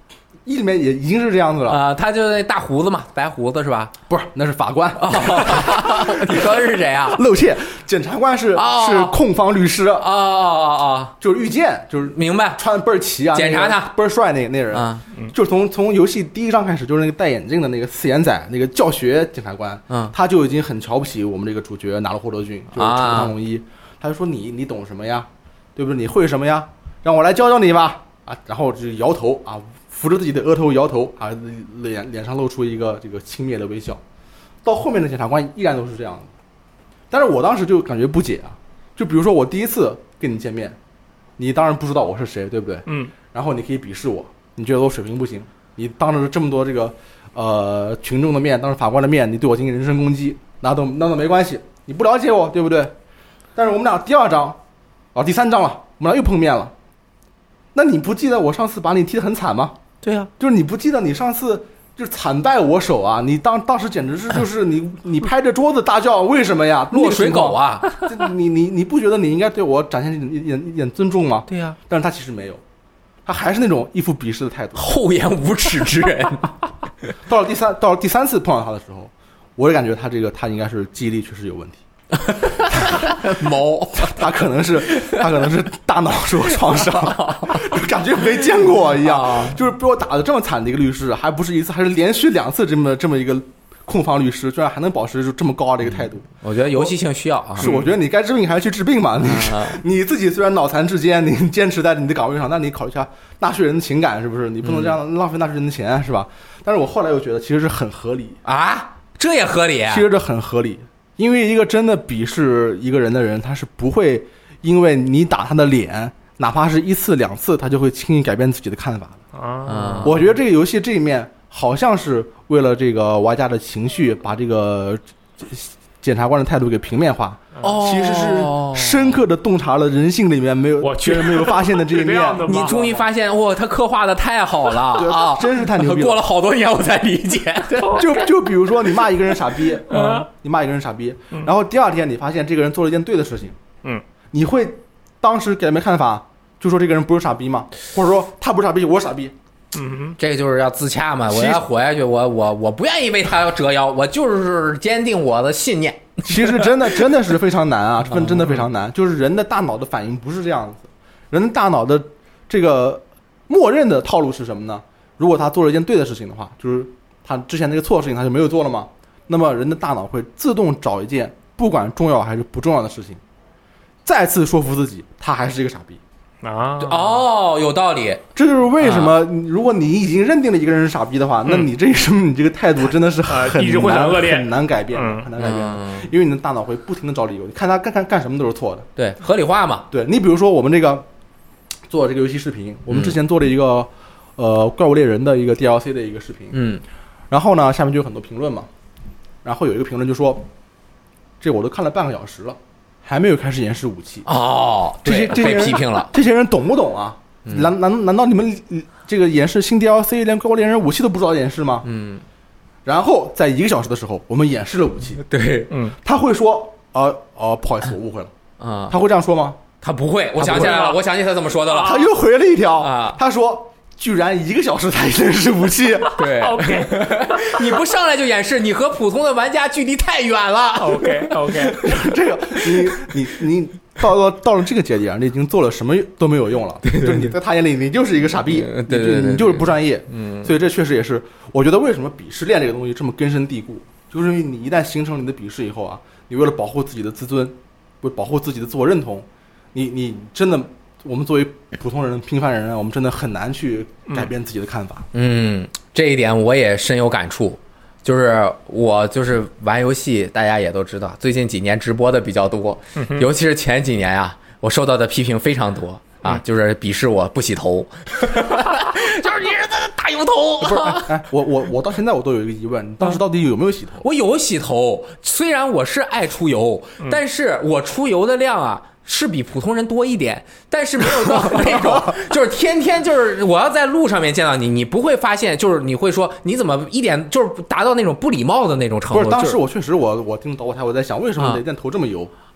一里面也已经是这样子了啊、呃，他就那大胡子嘛，白胡子是吧？ 不是，那是法官。 哦、你说的是谁啊？ 露怯，检察官是、 哦、 是控方律师。 哦哦哦哦， 就是遇见，就是明白， 穿倍儿齐啊， 检查他倍儿帅那那人， 嗯， 就是从从游戏第一章开始，就是那个戴眼镜的那个四眼仔，那个教学检察官， 嗯， 他就已经很瞧不起我们这个主角拿了霍德郡，就是长汤龙一，他就说你你懂什么呀？对不对？你会什么呀？让我来教教你吧！啊，然后就摇头啊，扶着自己的额头摇头啊，脸脸上露出一个这个轻蔑的微笑。到后面的检察官依然都是这样的，但是我当时就感觉不解啊，就比如说我第一次跟你见面，你当然不知道我是谁，对不对？ 嗯。 然后你可以鄙视我，你觉得我水平不行，你当着这么多这个呃群众的面，当着法官的面，你对我进行人身攻击，那都那都没关系，你不了解我，对不对？但是我们俩第二章。啊，第三章了，我们俩又碰面了。那你不记得我上次把你踢得很惨吗？ 对啊， 就是你不记得你上次就惨败我手啊！你当当时简直是就是你你拍着桌子大叫，为什么呀？ 落水狗啊！ 你你你不觉得你应该对我展现一点一点尊重吗？ 对呀、啊， 但是他其实没有，他还是那种一副鄙视的态度， 厚颜无耻之人。 到了第三到了第三次碰到他的时候，我就感觉他这个他应该是记忆力确实有问题。 毛， 他可能是他可能是大脑受创伤，感觉没见过我一样，就是被我打得这么惨的一个律师，还不是一次，还是连续两次这么这么一个控方律师，居然还能保持这么高的一个态度。 我觉得游戏性需要啊， 是我觉得你该治病还是去治病嘛。你你自己虽然脑残志坚，你坚持在你的岗位上，但你考虑一下纳税人的情感，是不是？你不能这样浪费纳税人的钱，是吧？但是我后来又觉得其实是很合理啊，这也合理， 其实这很合理。因为一个真的鄙视一个人的人，他是不会因为你打他的脸，哪怕是一次两次，他就会轻易改变自己的看法的啊。 我觉得这个游戏这一面好像是为了这个玩家的情绪，把这个检察官的态度给平面化， 哦， 其实是深刻的洞察了人性里面没有别人没有发现的这一面。 你终于发现，哇，他刻画的太好了啊， 真是太牛逼了！ 过了好多年我才理解。 就就比如说你骂一个人傻逼，嗯，你骂一个人傻逼，然后第二天你发现这个人做了一件对的事情， 嗯， 你会当时改变看法，就说这个人不是傻逼吗？或者说他不是傻逼，我是傻逼。 嗯， 这个就是要自洽嘛，我要活下去，我我我不愿意为他要折腰，我就是坚定我的信念。 其实真的真的是非常难啊，这份真的非常难。就是人的大脑的反应不是这样子，人的大脑的这个默认的套路是什么呢？如果他做了一件对的事情的话，就是他之前那个错的事情他就没有做了嘛，那么人的大脑会自动找一件不管重要还是不重要的事情，再次说服自己他还是一个傻逼。 啊， 哦，有道理。 这就是为什么，如果你已经认定了一个人是傻逼的话，那你这一生你这个态度真的是很难很难改变，很难改变，因为你的大脑会不停的找理由，你看他干干干什么都是错的。 对，合理化嘛。 对，你比如说我们这个做这个游戏视频，我们之前做了一个呃怪物猎人的一个 D L C 的一个视频， 嗯， 然后呢下面就有很多评论嘛，然后有一个评论就说，这我都看了半个小时了。还没有开始演示武器哦， 这些这些被批评了。 这些人懂不懂啊？ 嗯、 难难难道你们这个演示新 D L C 连怪物猎人武器都不知道演示吗？ 嗯。 然后在一个小时的时候，我们演示了武器。 对， 嗯。 他会说，呃呃，不好意思，我误会了。 啊、嗯， 他会这样说吗？ 他不会。我想起来了，我想起他怎么说的了。 他又回了一条啊， 他说。居然一个小时才演示武器， 对 ，OK， 你不上来就演示，你和普通的玩家距离太远了。 OK OK， 这个你你你到了到了这个节点，你已经做了什么都没有用了， 对对对， 就是你在他眼里你就是一个傻逼， 对对 对, 对, 对， 你就是不专业。 嗯， 所以这确实也是，我觉得为什么鄙视链这个东西这么根深蒂固，就是因为你一旦形成你的鄙视以后啊，你为了保护自己的自尊，为保护自己的自我认同，你你真的。我们作为普通人、平凡人啊，我们真的很难去改变自己的看法。 嗯，这一点我也深有感触。就是我就是玩游戏，大家也都知道，最近几年直播的比较多， 嗯、 尤其是前几年啊，我受到的批评非常多啊， 嗯、 就是鄙视我不洗头，就是你是大油头。 不是，哎，我我我到现在我都有一个疑问，你当时到底有没有洗头？ 我有洗头，虽然我是爱出油， 嗯、 但是我出油的量啊。是比普通人多一点，但是没有到那种，就是天天就是我要在路上面见到你，你不会发现，就是你会说你怎么一点就是达到那种不礼貌的那种程度。 不是，当时我确实我我听导火台，我在想为什么雷电头这么油。 啊、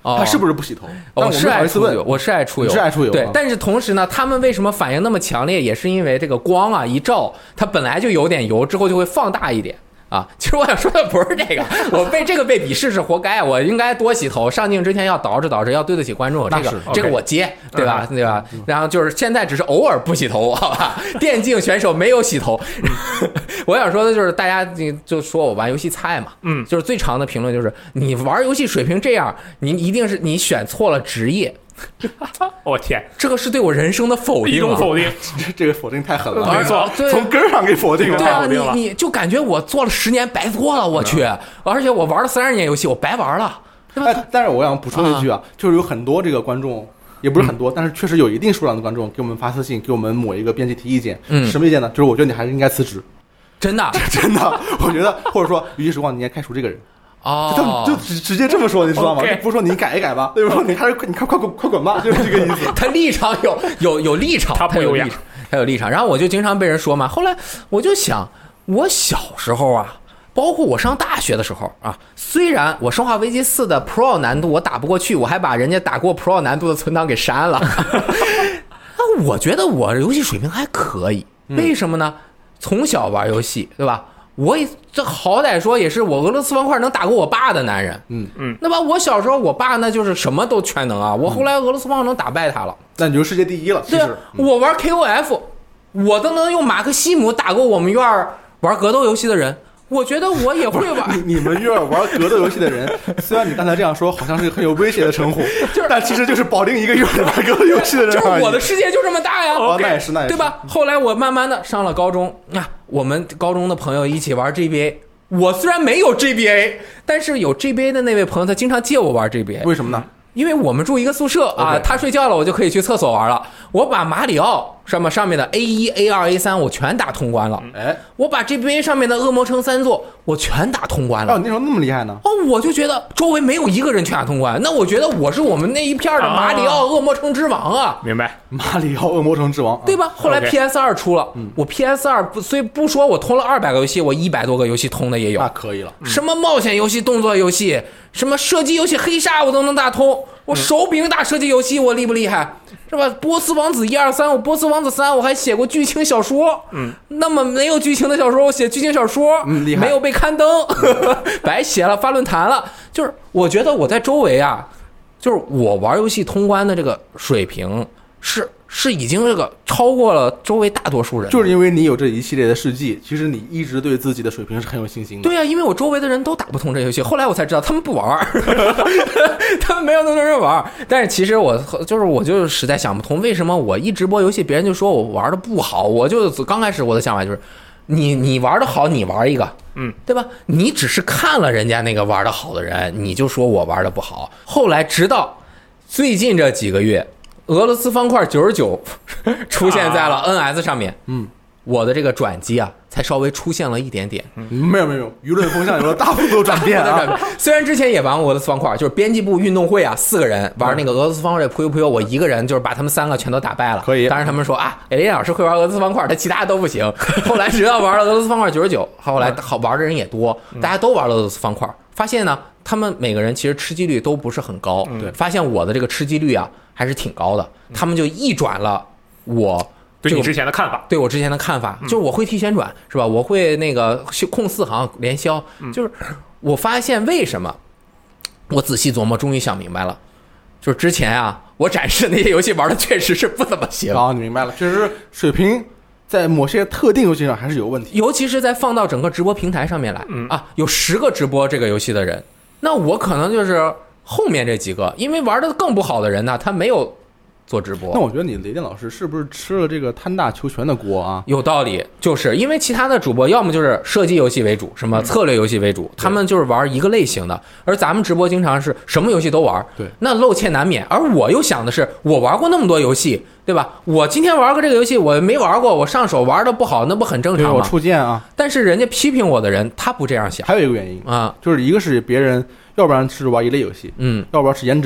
哦他是不是不洗头？但我我是没好意思问爱出油，，我是爱出油， 你是爱出油啊， 对但是同时呢，他们为什么反应那么强烈，也是因为这个光啊一照，它本来就有点油，之后就会放大一点。啊，其实我想说的不是这个，我被这个被鄙视是活该，我应该多洗头，上镜之前要捯饬捯饬，要对得起观众，这个那是这个我接，对吧？对吧？然后就是现在只是偶尔不洗头，好吧？电竞选手没有洗头，我想说的就是大家就说我玩游戏菜嘛， 嗯， 就是最长的评论就是你玩游戏水平这样，你一定是你选错了职业。 我天， 这个是对我人生的否定、啊， 一种否定， 这这个否定太狠了， 没错对从根儿上给否定了。 对啊， 否定了你你就感觉我做了十年白做了，我去，而且我玩了三十年游戏，我白玩了，对吧？ 哎，但是我想补充一句啊，就是有很多这个观众，也不是很多，但是确实有一定数量的观众给我们发私信，给我们某一个编辑提意见。 嗯什么意见呢？就是我觉得你还是应该辞职， 真的真的，我觉得，或者说与其时光，你应该开除这个人。 哦， 就就直直接这么说，你知道吗？ OK 就不是说你改一改吧，对吧？你还是你快快滚快滚吧，就是这个意思。 他立场有有有立场， 他不优雅有立场，他有立场。然后我就经常被人说嘛，后来我就想，我小时候啊，包括我上大学的时候啊，虽然我《生化危机四》的 Pro 难度我打不过去，我还把人家打过 Pro 难度的存档给删了。那我觉得我游戏水平还可以，为什么呢？从小玩游戏，对吧？我也这好歹说也是我俄罗斯方块能打过我爸的男人， 嗯嗯， 那么我小时候我爸那就是什么都全能啊，我后来俄罗斯方块能打败他了。 那你就世界第一了。其对啊实，， 我玩 K O F， 我都能用马克西姆打过我们院儿玩格斗游戏的人，我觉得我也会玩。 你你们院玩格斗游戏的人，虽然你刚才这样说，好像是个很有威胁的称呼， 就是但其实就是保定一个院玩格斗游戏的人而已。 就是我的世界就这么大呀， 哦，那也是，那也是， 对？吧？后来我慢慢的上了高中啊，我们高中的朋友一起玩 G B A， 我虽然没有 G B A， 但是有 G B A 的那位朋友他经常借我玩 G B A， 为什么呢？ 因为我们住一个宿舍啊， OK 他睡觉了，我就可以去厕所玩了。我把马里奥上面上面的 A 一、A 二、A 三我全打通关了， 哎， 我把 G B A 上面的恶魔城三座我全打通关了。 哦，你那时候那么厉害呢？ 哦，我就觉得周围没有一个人全打通关，那我觉得我是我们那一片的马里奥恶魔城之王啊， 明白？ 马里奥恶魔城之王， 对吧？后来 OK P S 二出了，我 P S 二不虽不说我通了二百个游戏，我一百多个游戏通的也有那，可以了。 什么冒险游戏、动作游戏，什么射击游戏、黑鲨我都能打通。我手柄打射击游戏我厉不厉害？是吧？波斯王子一二三，我波斯王子三我还写过剧情小说， 嗯， 那么没有剧情的小说我写剧情小说， 嗯厉害没有被刊登，白写了，发论坛了。就是我觉得我在周围啊，就是我玩游戏通关的这个水平是是已经这个超过了周围大多数人， 就是因为你有这一系列的事迹，其实你一直对自己的水平是很有信心的。 对呀、啊，因为我周围的人都打不通这游戏，后来我才知道他们不玩儿，他们没有那么多人玩儿。但是其实我就是我就是实在想不通，为什么我一直播游戏，别人就说我玩的不好。我就刚开始我的想法就是，你你玩的好，你玩一个， 嗯， 对吧？你只是看了人家那个玩的好的人，你就说我玩的不好。后来直到最近这几个月，俄罗斯方块九十九出现在了 N S 上面， 嗯， 我的这个转机啊，才稍微出现了一点点。 没有没有，舆论风向有了大幅度转变啊！ 虽然之前也玩过俄罗斯方块，就是编辑部运动会啊，四个人玩那个俄罗斯方块扑悠扑悠，我一个人就是把他们三个全都打败了。 可以当然他们说啊，雷电老师会玩俄罗斯方块，他其他都不行。后来直到玩了俄罗斯方块九十九，后来好玩的人也多，大家都玩了俄罗斯方块，发现呢，他们每个人其实吃鸡率都不是很高。 对， 发现我的这个吃鸡率啊还是挺高的，他们就逆转了我。 对你之前的看法， 对我之前的看法，就是我会提前转，是吧？我会那个控四行连销，就是我发现为什么，我仔细琢磨，终于想明白了，就是之前啊，我展示的那些游戏玩的确实是不怎么行。 好，你明白了，确实水平在某些特定游戏上还是有问题， 尤其是在放到整个直播平台上面来， 嗯啊，有十个直播这个游戏的人，那我可能就是后面这几个，因为玩的更不好的人呢，他没有做直播。 那我觉得你雷电老师是不是吃了这个贪大求全的锅啊？ 有道理，就是因为其他的主播要么就是射击游戏为主，什么策略游戏为主，他们就是玩一个类型的，而咱们直播经常是什么游戏都玩， 对， 那露怯难免。而我又想的是，我玩过那么多游戏，对吧？我今天玩个这个游戏，我没玩过，我上手玩的不好，那不很正对我常吗？ 触键啊。 但是人家批评我的人，他不这样想还有一个原因， 啊， 就是一个是别人要不然是玩一类游戏， 嗯， 要不然是颜值主播，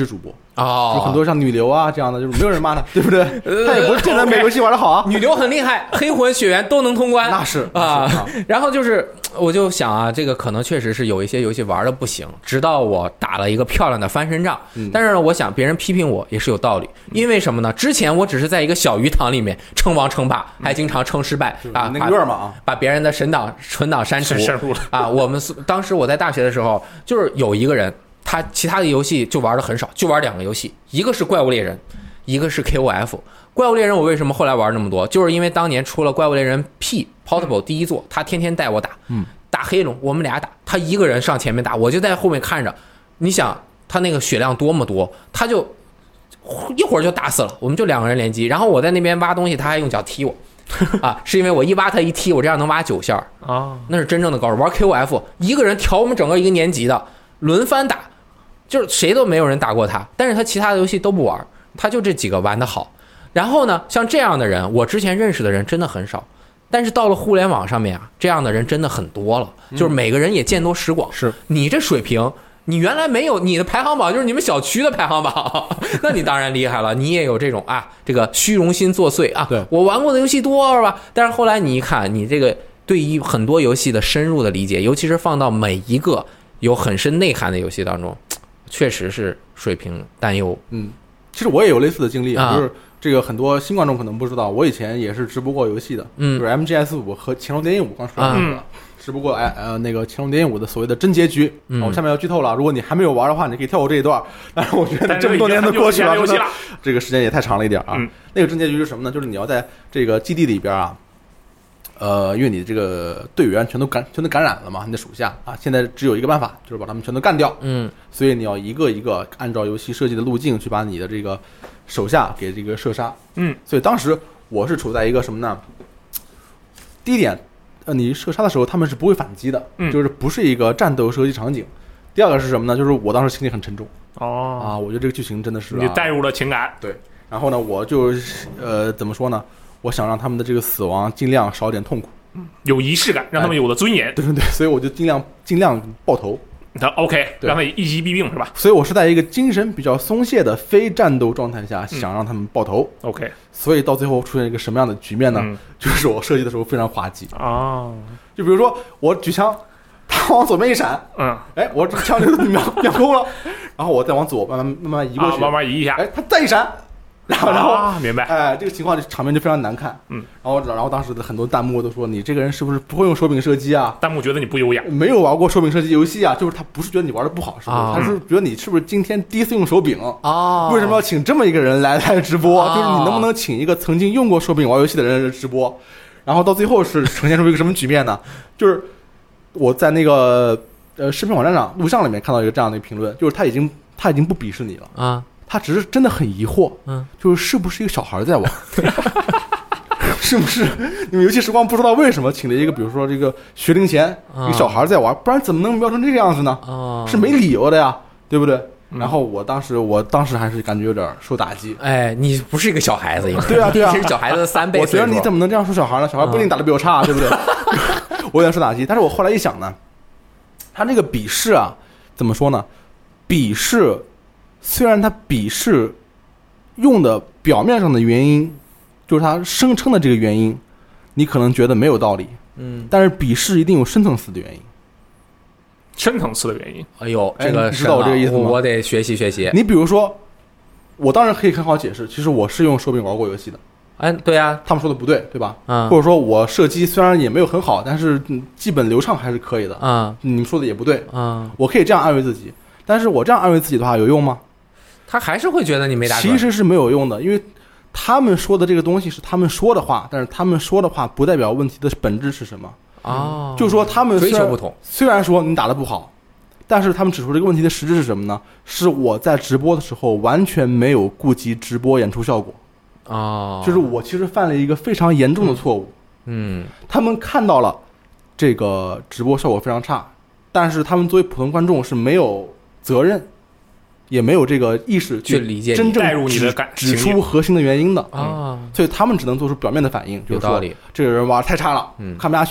哦， 有很多像女流啊这样的，就是没有人骂他，对不对？他也不是现在每个游戏玩的好啊。 女流很厉害，黑魂、血缘都能通关， 那是啊那是啊。 然后就是，我就想啊，这个可能确实是有一些游戏玩的不行，直到我打了一个漂亮的翻身仗。 嗯、 但是呢，我想别人批评我也是有道理，因为什么呢？之前我只是在一个小鱼塘里面称王称霸，还经常称失败、 嗯、 啊， 那个院嘛啊， 把别人的神档存档删除了啊。我们当时我在大学的时候，就是有一个人。他其他的游戏就玩的很少，就玩两个游戏，一个是怪物猎人，一个是 K O F。怪物猎人我为什么后来玩那么多，就是因为当年出了怪物猎人 P Portable 第一座，他天天带我打， 嗯， 打黑龙，我们俩打，他一个人上前面打，我就在后面看着。你想他那个血量多么多，他就一会儿就打死了，我们就两个人联机，然后我在那边挖东西，他还用脚踢我。啊，是因为我一挖他一踢，我这样能挖九下啊， 那是真正的高手。玩 K O F 一个人调我们整个一个年级的轮番打。就是谁都没有人打过他，但是他其他的游戏都不玩，他就这几个玩得好。然后呢，像这样的人，我之前认识的人真的很少，但是到了互联网上面啊，这样的人真的很多了，就是每个人也见多识广。 是你这水平，你原来没有，你的排行榜就是你们小区的排行榜，那你当然厉害了，你也有这种啊，这个虚荣心作祟啊。 对， 我玩过的游戏多是吧？但是后来你一看，你这个对于很多游戏的深入的理解，尤其是放到每一个有很深内涵的游戏当中。确实是水平担忧。 嗯，其实我也有类似的经历， 啊、 就是这个很多新观众可能不知道，我以前也是直播过游戏的， 嗯， 就是 M G S 五和乾隆电影五刚说的那个， 啊、 直播过哎呃那个乾隆电影五的所谓的真结局。 嗯， 我下面要剧透了，如果你还没有玩的话，你可以跳过这一段。但是我觉得这么多年都过去了， 了这个时间也太长了一点啊。 嗯、 那个真结局是什么呢？就是你要在这个基地里边啊。呃，因为你这个队员全都感全都感染了嘛，你的属下啊，现在只有一个办法，就是把他们全都干掉。 嗯， 所以你要一个一个按照游戏设计的路径去把你的这个手下给这个射杀。 嗯， 所以当时我是处在一个什么呢？第一点，呃，你射杀的时候他们是不会反击的， 嗯， 就是不是一个战斗射击场景。第二个是什么呢？就是我当时心里很沉重。 哦， 啊，我觉得这个剧情真的是、啊、 你带入了情感。 对，然后呢，我就呃怎么说呢？我想让他们的这个死亡尽量少点痛苦， 嗯，有仪式感，让他们有了尊严。 哎、对对对，所以我就尽量尽量爆头。 他 OK， 让他一击毙命是吧？ 所以我是在一个精神比较松懈的非战斗状态下，想让他们爆头。 嗯、OK， 所以到最后出现一个什么样的局面呢？ 嗯、 就是我射击的时候非常滑稽啊、哦。 就比如说我举枪，他往左边一闪， 嗯， 哎，我这枪就秒秒空了，然后我再往左慢慢慢慢移过去， 啊、慢慢移一下， 哎，他再一闪。然后，然后、 啊，明白， 哎，这个情况就场面就非常难看， 嗯， 然后，然后当时的很多弹幕都说你这个人是不是不会用手柄射击啊？ 弹幕觉得你不优雅， 没有玩过手柄射击游戏啊，就是他不是觉得你玩的不好，是不是？ 啊、 他是觉得你是不是今天第一次用手柄啊、 哦？ 为什么要请这么一个人来来直播？ 哦、 就是你能不能请一个曾经用过手柄玩游戏的人来直播？然后到最后是呈现出一个什么局面呢？就是我在那个呃视频网站上录像里面看到一个这样的评论，就是他已经他已经不鄙视你了啊。 他只是真的很疑惑， 嗯， 就是是不是一个小孩在玩，是不是你们游戏时光不知道为什么请了一个，比如说这个学龄前、 啊、 一个小孩在玩，不然怎么能瞄成这个样子呢？ 啊， 是没理由的呀，对不对？ 嗯、 然后我当时，我当时还是感觉有点受打击。 哎，你不是一个小孩子， 对啊，对啊， 你是小孩子的三倍。 我觉得你怎么能这样说小孩呢？小孩不一定打得比我差，啊、对不对？我有点受打击。但是我后来一想呢，他这个鄙视啊，怎么说呢？鄙视。虽然他鄙视用的表面上的原因，就是他声称的这个原因，你可能觉得没有道理， 嗯， 但是鄙视一定有深层次的原因， 深层次的原因。 哎呦，这个知道我这个意思吗？ 我, 我得学习学习。 你比如说，我当然可以很好解释，其实我是用手柄玩过游戏的。 哎，对啊， 他们说的不对，对吧？ 嗯， 或者说我射击虽然也没有很好，但是基本流畅还是可以的。 嗯， 你们说的也不对。 嗯， 我可以这样安慰自己，但是我这样安慰自己的话有用吗？ 他还是会觉得你没打准。 其实是没有用的，因为他们说的这个东西是他们说的话，但是他们说的话不代表问题的本质是什么。 哦， 就是说他们追求不同， 虽然说你打得不好，但是他们指出这个问题的实质是什么呢？是我在直播的时候完全没有顾及直播演出效果。 哦， 就是我其实犯了一个非常严重的错误。 嗯， 他们看到了这个直播效果非常差，但是他们作为普通观众是没有责任。也没有这个意识去理解真正带入你的感指出核心的原因的啊、 嗯，所以他们只能做出表面的反应，就是说这个人玩太差了， 嗯， 看不下去了。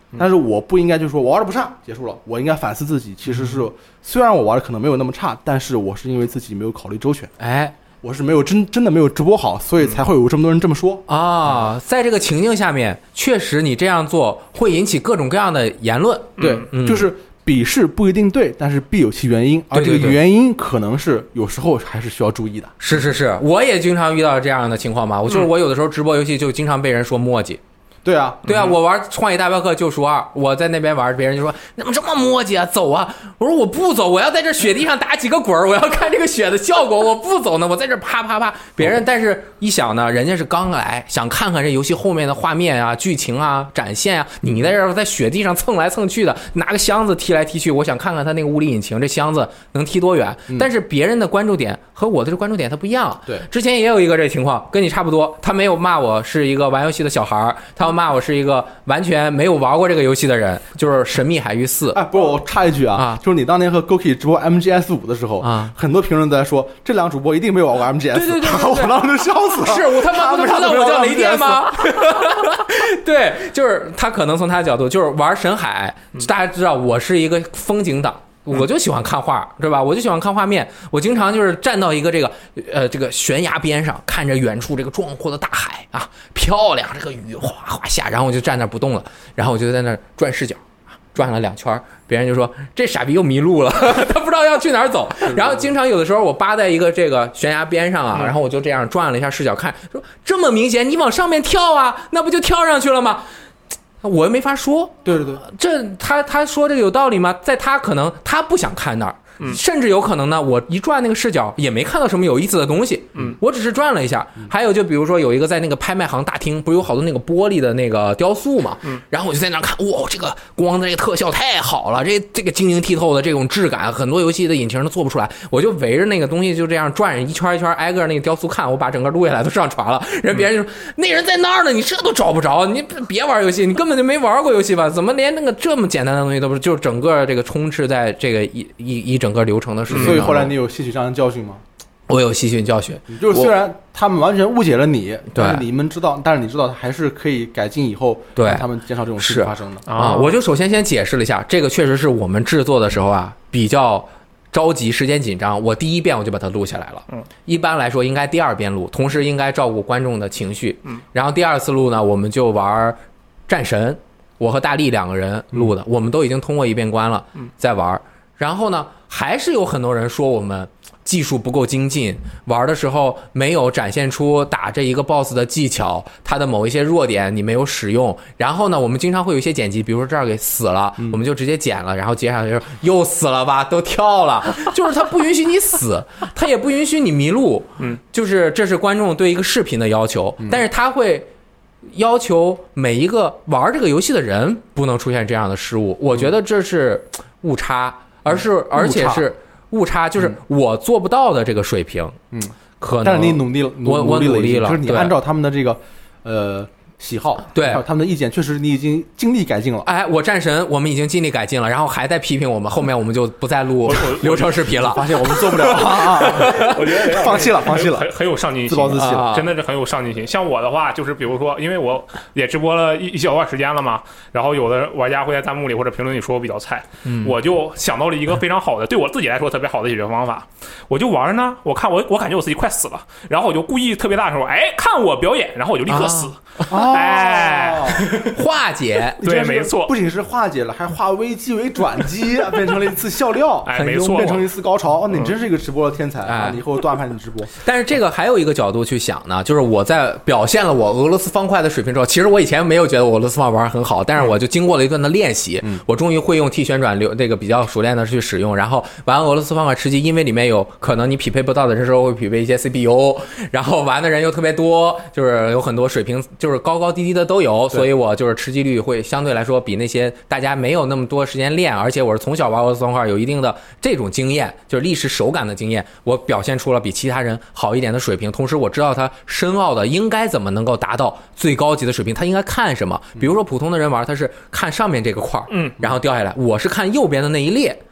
但是我不应该就说我玩的不差结束了，我应该反思自己，其实是虽然我玩的可能没有那么差，但是我是因为自己没有考虑周全， 哎。 我是没有真真的没有直播好，所以才会有这么多人这么说啊。在这个情境下面，确实你这样做会引起各种各样的言论。 对，嗯、就是鄙视不一定对，但是必有其原因，而这个原因可能是有时候还是需要注意的。 是是是，我也经常遇到这样的情况嘛。我就是我有的时候直播游戏就经常被人说墨迹。 对啊， 对啊，我玩《荒野大镖客：救赎二》，我在那边玩，别人就说怎么这么磨叽啊，走啊！我说我不走，我要在这雪地上打几个滚儿，我要看这个雪的效果，我不走呢，我在这啪啪啪。别人但是一想呢，人家是刚来，想看看这游戏后面的画面啊、剧情啊、展现啊，你在这儿在雪地上蹭来蹭去的，拿个箱子踢来踢去，我想看看他那个物理引擎这箱子能踢多远。但是别人的关注点和我的这关注点它不一样。 对， 之前也有一个这情况，跟你差不多，他没有骂我是一个玩游戏的小孩儿，他骂我是一个完全没有玩过这个游戏的人，就是《神秘海域四》。 哎，不是，我插一句啊， 啊就是你当年和 Goki 直播 M G S 五的时候啊， 很多评论都在说这两主播一定没有玩过 M G S， 对对对对对我当时就笑死了。 是我他妈不知道我叫雷电吗？对，就是他可能从他的角度，就是玩神海，大家知道我是一个风景党。我就喜欢看画，对吧？我就喜欢看画面。我经常就是站到一个这个呃这个悬崖边上，看着远处这个壮阔的大海啊，漂亮，这个雨哗哗下，然后我就站那不动了，然后我就在那转视角，转了两圈，别人就说这傻逼又迷路了，他不知道要去哪儿走。然后经常有的时候我扒在一个这个悬崖边上啊，然后我就这样转了一下视角看，说这么明显，你往上面跳啊，那不就跳上去了吗？我又没法说， 对对对， 这他他说这个有道理吗？在他可能他不想看那儿， 嗯、 甚至有可能呢，我一转那个视角也没看到什么有意思的东西， 嗯， 我只是转了一下。嗯、还有就比如说有一个在那个拍卖行大厅，不是有好多那个玻璃的那个雕塑嘛， 嗯， 然后我就在那看，哇，这个光的这个特效太好了，这这个晶莹剔透的这种质感，很多游戏的引擎都做不出来。我就围着那个东西就这样转一圈一圈，挨个那个雕塑看，我把整个录下来都上传了。人别人就说、嗯、那人在那儿呢，你这都找不着，你别玩游戏，你根本就没玩过游戏吧？怎么连那个这么简单的东西都不是？就是整个这个充斥在这个一一一整个流程的事情。 所以后来你有吸取这样的教训吗？ 我有吸取教训， 就是虽然他们完全误解了你， 但是你们知道，但是你知道还是可以改进，以后对让他们减少这种事情发生的啊。我就首先先解释了一下，这个确实是我们制作的时候啊比较着急，时间紧张。我第一遍我就把它录下来了， 嗯， 一般来说应该第二遍录，同时应该照顾观众的情绪， 嗯， 然后第二次录呢，我们就玩战神，我和大力两个人录的，嗯、我们都已经通过一遍关了， 嗯， 再玩。然后呢，还是有很多人说我们技术不够精进，玩的时候没有展现出打这一个 boss 的技巧，它的某一些弱点你没有使用。然后呢，我们经常会有一些剪辑，比如说这儿给死了，嗯、我们就直接剪了，然后接下来就又死了吧，都跳了，就是它不允许你死，它也不允许你迷路， 嗯， 就是这是观众对一个视频的要求，嗯、但是他会要求每一个玩这个游戏的人不能出现这样的失误，我觉得这是误差。而是，而且是误差，就是我做不到的这个水平，嗯，可能。 但是你努力了， 我我努力了， 就是你按照他们的这个，呃。喜好对， 还有他们的意见，确实你已经尽力改进了。 哎，我战神我们已经尽力改进了，然后还在批评我们，后面我们就不再录流程视频了。 发现我们做不了啊， 我觉得放弃了，放弃了， 很很有上进心， 自暴自弃了， 真的是很有上进心。像我的话，就是比如说，因为我也直播了一一小段时间了嘛，然后有的玩家会在弹幕里或者评论里说我比较菜， 嗯， 我就想到了一个非常好的，对我自己来说特别好的解决方法。我就玩呢，我看我我感觉我自己快死了，然后我就故意特别大声说，哎，看我表演，然后我就立刻死， 啊、 哎。 化解， 对，没错， 不仅是化解了，还化危机为转机，变成了一次笑料， 哎，没错， 变成一次高潮。哦，你真是一个直播的天才啊！以后多安排你直播。 但是这个还有一个角度去想呢，就是我在表现了我俄罗斯方块的水平之后，其实我以前没有觉得我俄罗斯方块玩很好，但是我就经过了一段的练习， 嗯、 我终于会用 T 旋转流这个比较熟练的去使用，然后玩俄罗斯方块吃鸡，因为里面有可能你匹配不到的时候会匹配一些 C P U， 然后玩的人又特别多，就是有很多水平就是高高低低的都有，所以我就是吃鸡率会相对来说比那些大家没有那么多时间练，而且我是从小玩俄罗斯方块有一定的这种经验，就是历史手感的经验，我表现出了比其他人好一点的水平，同时我知道它深奥的应该怎么能够达到最高级的水平，它应该看什么，比如说普通的人玩他是看上面这个块， 嗯， 然后掉下来，我是看右边的那一列，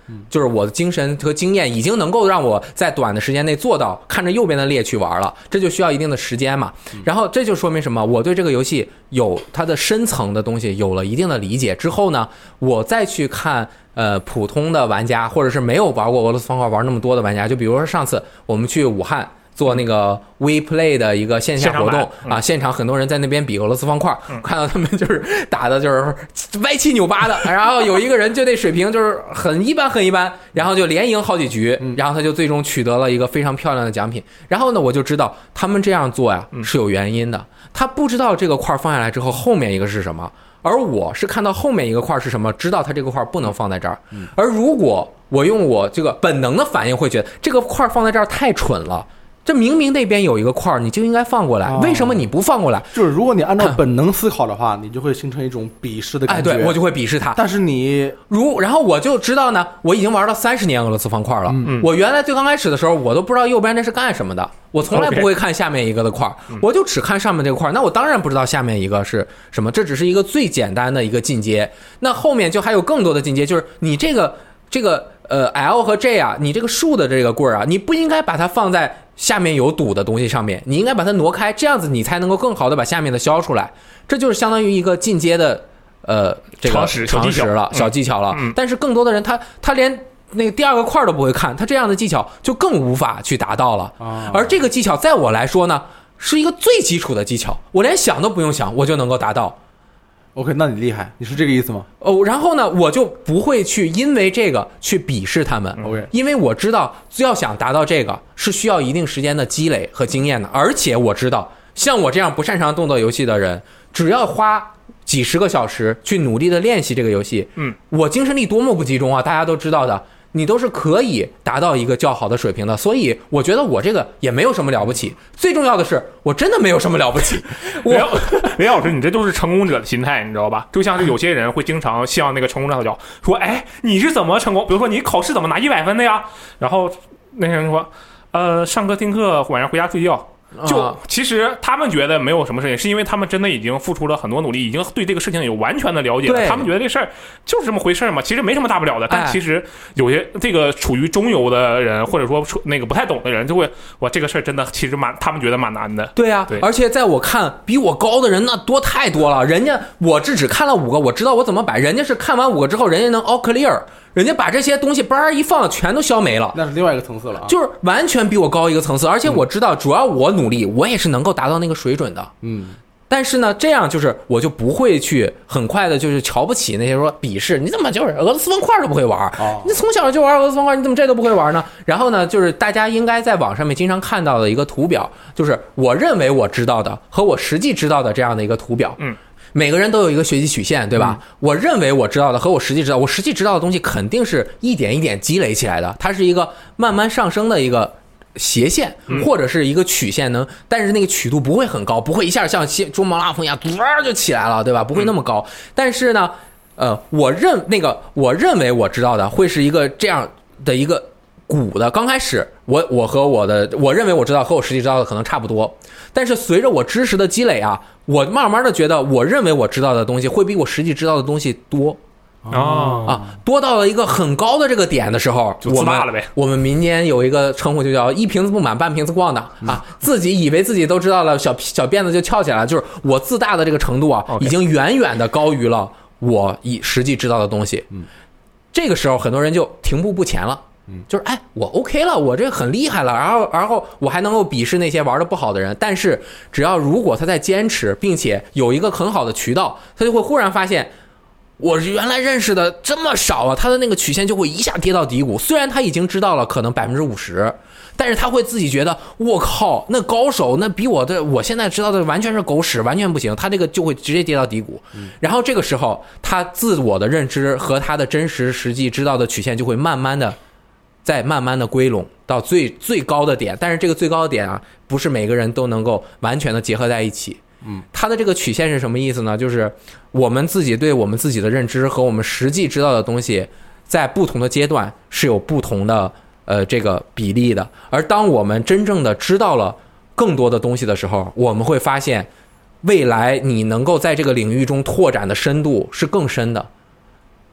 就是我的精神和经验已经能够让我在短的时间内做到看着右边的列去玩了，这就需要一定的时间嘛。然后这就说明什么？我对这个游戏有它的深层的东西有了一定的理解之后呢，我再去看呃普通的玩家，或者是没有玩过俄罗斯方块玩那么多的玩家，就比如说上次我们去武汉做那个 WePlay 的一个线下活动啊，现场很多人在那边比俄罗斯方块，看到他们就是打的就是歪七扭八的，然后有一个人就那水平就是很一般很一般，然后就连赢好几局，然后他就最终取得了一个非常漂亮的奖品。然后呢，我就知道他们这样做呀是有原因的，他不知道这个块放下来之后后面一个是什么。而我是看到后面一个块是什么，知道它这个块不能放在这儿。而如果我用我这个本能的反应，会觉得这个块放在这儿太蠢了。这明明那边有一个块，你就应该放过来，为什么你不放过来？ 就是如果你按照本能思考的话，你就会形成一种鄙视的感觉。 哎，对，我就会鄙视他。 但是你如然后我就知道呢，我已经玩到三十年俄罗斯方块了。嗯，我原来最刚开始的时候，我都不知道右边那是干什么的，我从来不会看下面一个的块， Okay. 我就只看上面这个块。那我当然不知道下面一个是什么，这只是一个最简单的一个进阶。那后面就还有更多的进阶，就是你这个这个呃 L 和 J 啊，你这个竖的这个棍儿啊，你不应该把它放在下面有堵的东西上面，你应该把它挪开，这样子你才能够更好的把下面的消出来。这就是相当于一个进阶的呃这个常识常识了，小技巧了。 嗯、 但是更多的人他他连那个第二个块都不会看，他这样的技巧就更无法去达到了。 啊、 而这个技巧在我来说呢，是一个最基础的技巧，我连想都不用想，我就能够达到。 OK， 那你厉害，你是这个意思吗？ 哦，然后呢，我就不会去因为这个去鄙视他们。 OK， 因为我知道要想达到这个是需要一定时间的积累和经验的，而且我知道像我这样不擅长动作游戏的人，只要花几十个小时去努力的练习这个游戏， 嗯， 我精神力多么不集中啊，大家都知道的。你都是可以达到一个较好的水平的，所以我觉得我这个也没有什么了不起。最重要的是，我真的没有什么了不起。 我雷老师，你这就是成功者的心态，你知道吧？就像是有些人会经常向那个成功者讨教，说：“哎，你是怎么成功？比如说你考试怎么拿一百分的呀？”然后那些人说：“呃，上课听课，晚上回家睡觉。”就其实他们觉得没有什么事情，是因为他们真的已经付出了很多努力，已经对这个事情有完全的了解了。他们觉得这事儿就是这么回事嘛，其实没什么大不了的。但其实有些这个处于中游的人，或者说那个不太懂的人，就会哇，这个事儿真的其实蛮，他们觉得蛮难的。 对啊， 对， 而且在我看比我高的人那多太多了，人家我这只看了五个，我知道我怎么摆，人家是看完五个之后，人家能 all clear。人家把这些东西叭一放，全都消没了， 那是另外一个层次了啊， 就是完全比我高一个层次。而且我知道，主要我努力，我也是能够达到那个水准的。 嗯， 但是呢，这样就是我就不会去很快的，就是瞧不起那些说鄙视你怎么就是俄罗斯方块都不会玩， 哦、 你从小就玩俄罗斯方块，你怎么这都不会玩呢？然后呢，就是大家应该在网上面经常看到的一个图表，就是我认为我知道的和我实际知道的这样的一个图表。 嗯。 每个人都有一个学习曲线，对吧？ 嗯、 我认为我知道的和我实际知道，我实际知道的东西肯定是一点一点积累起来的，它是一个慢慢上升的一个斜线，或者是一个曲线呢，但是那个曲度不会很高，不会一下像珠穆朗玛峰一样，突然就起来了，对吧？不会那么高。但是呢，呃，我认那个我认为我知道的会是一个这样的一个鼓的。刚开始我我和我的我认为我知道和我实际知道的可能差不多，但是随着我知识的积累啊，我慢慢的觉得我认为我知道的东西会比我实际知道的东西多。 哦啊，多到了一个很高的这个点的时候， 就自大了呗。 我们我们民间有一个称呼，就叫一瓶子不满半瓶子逛的啊，自己以为自己都知道了，小小辫子就翘起来了，就是我自大的这个程度啊， okay. 已经远远的高于了我以实际知道的东西。 嗯， 这个时候很多人就停步不前了。嗯，就是哎，我 OK 了，我这很厉害了，然后然后我还能够鄙视那些玩的不好的人。但是只要如果他在坚持，并且有一个很好的渠道，他就会忽然发现，我原来认识的这么少啊，他的那个曲线就会一下跌到低谷。虽然他已经知道了可能百分之五十，但是他会自己觉得，我靠，那高手那比我的我现在知道的完全是狗屎，完全不行。他这个就会直接跌到低谷。嗯、然后这个时候，他自我的认知和他的真实实际知道的曲线就会慢慢的。再慢慢的归拢到最最高的点，但是这个最高的点啊，不是每个人都能够完全的结合在一起。 嗯， 它的这个曲线是什么意思呢？就是我们自己对我们自己的认知和我们实际知道的东西，在不同的阶段是有不同的呃这个比例的。而当我们真正的知道了更多的东西的时候，我们会发现，未来你能够在这个领域中拓展的深度是更深的。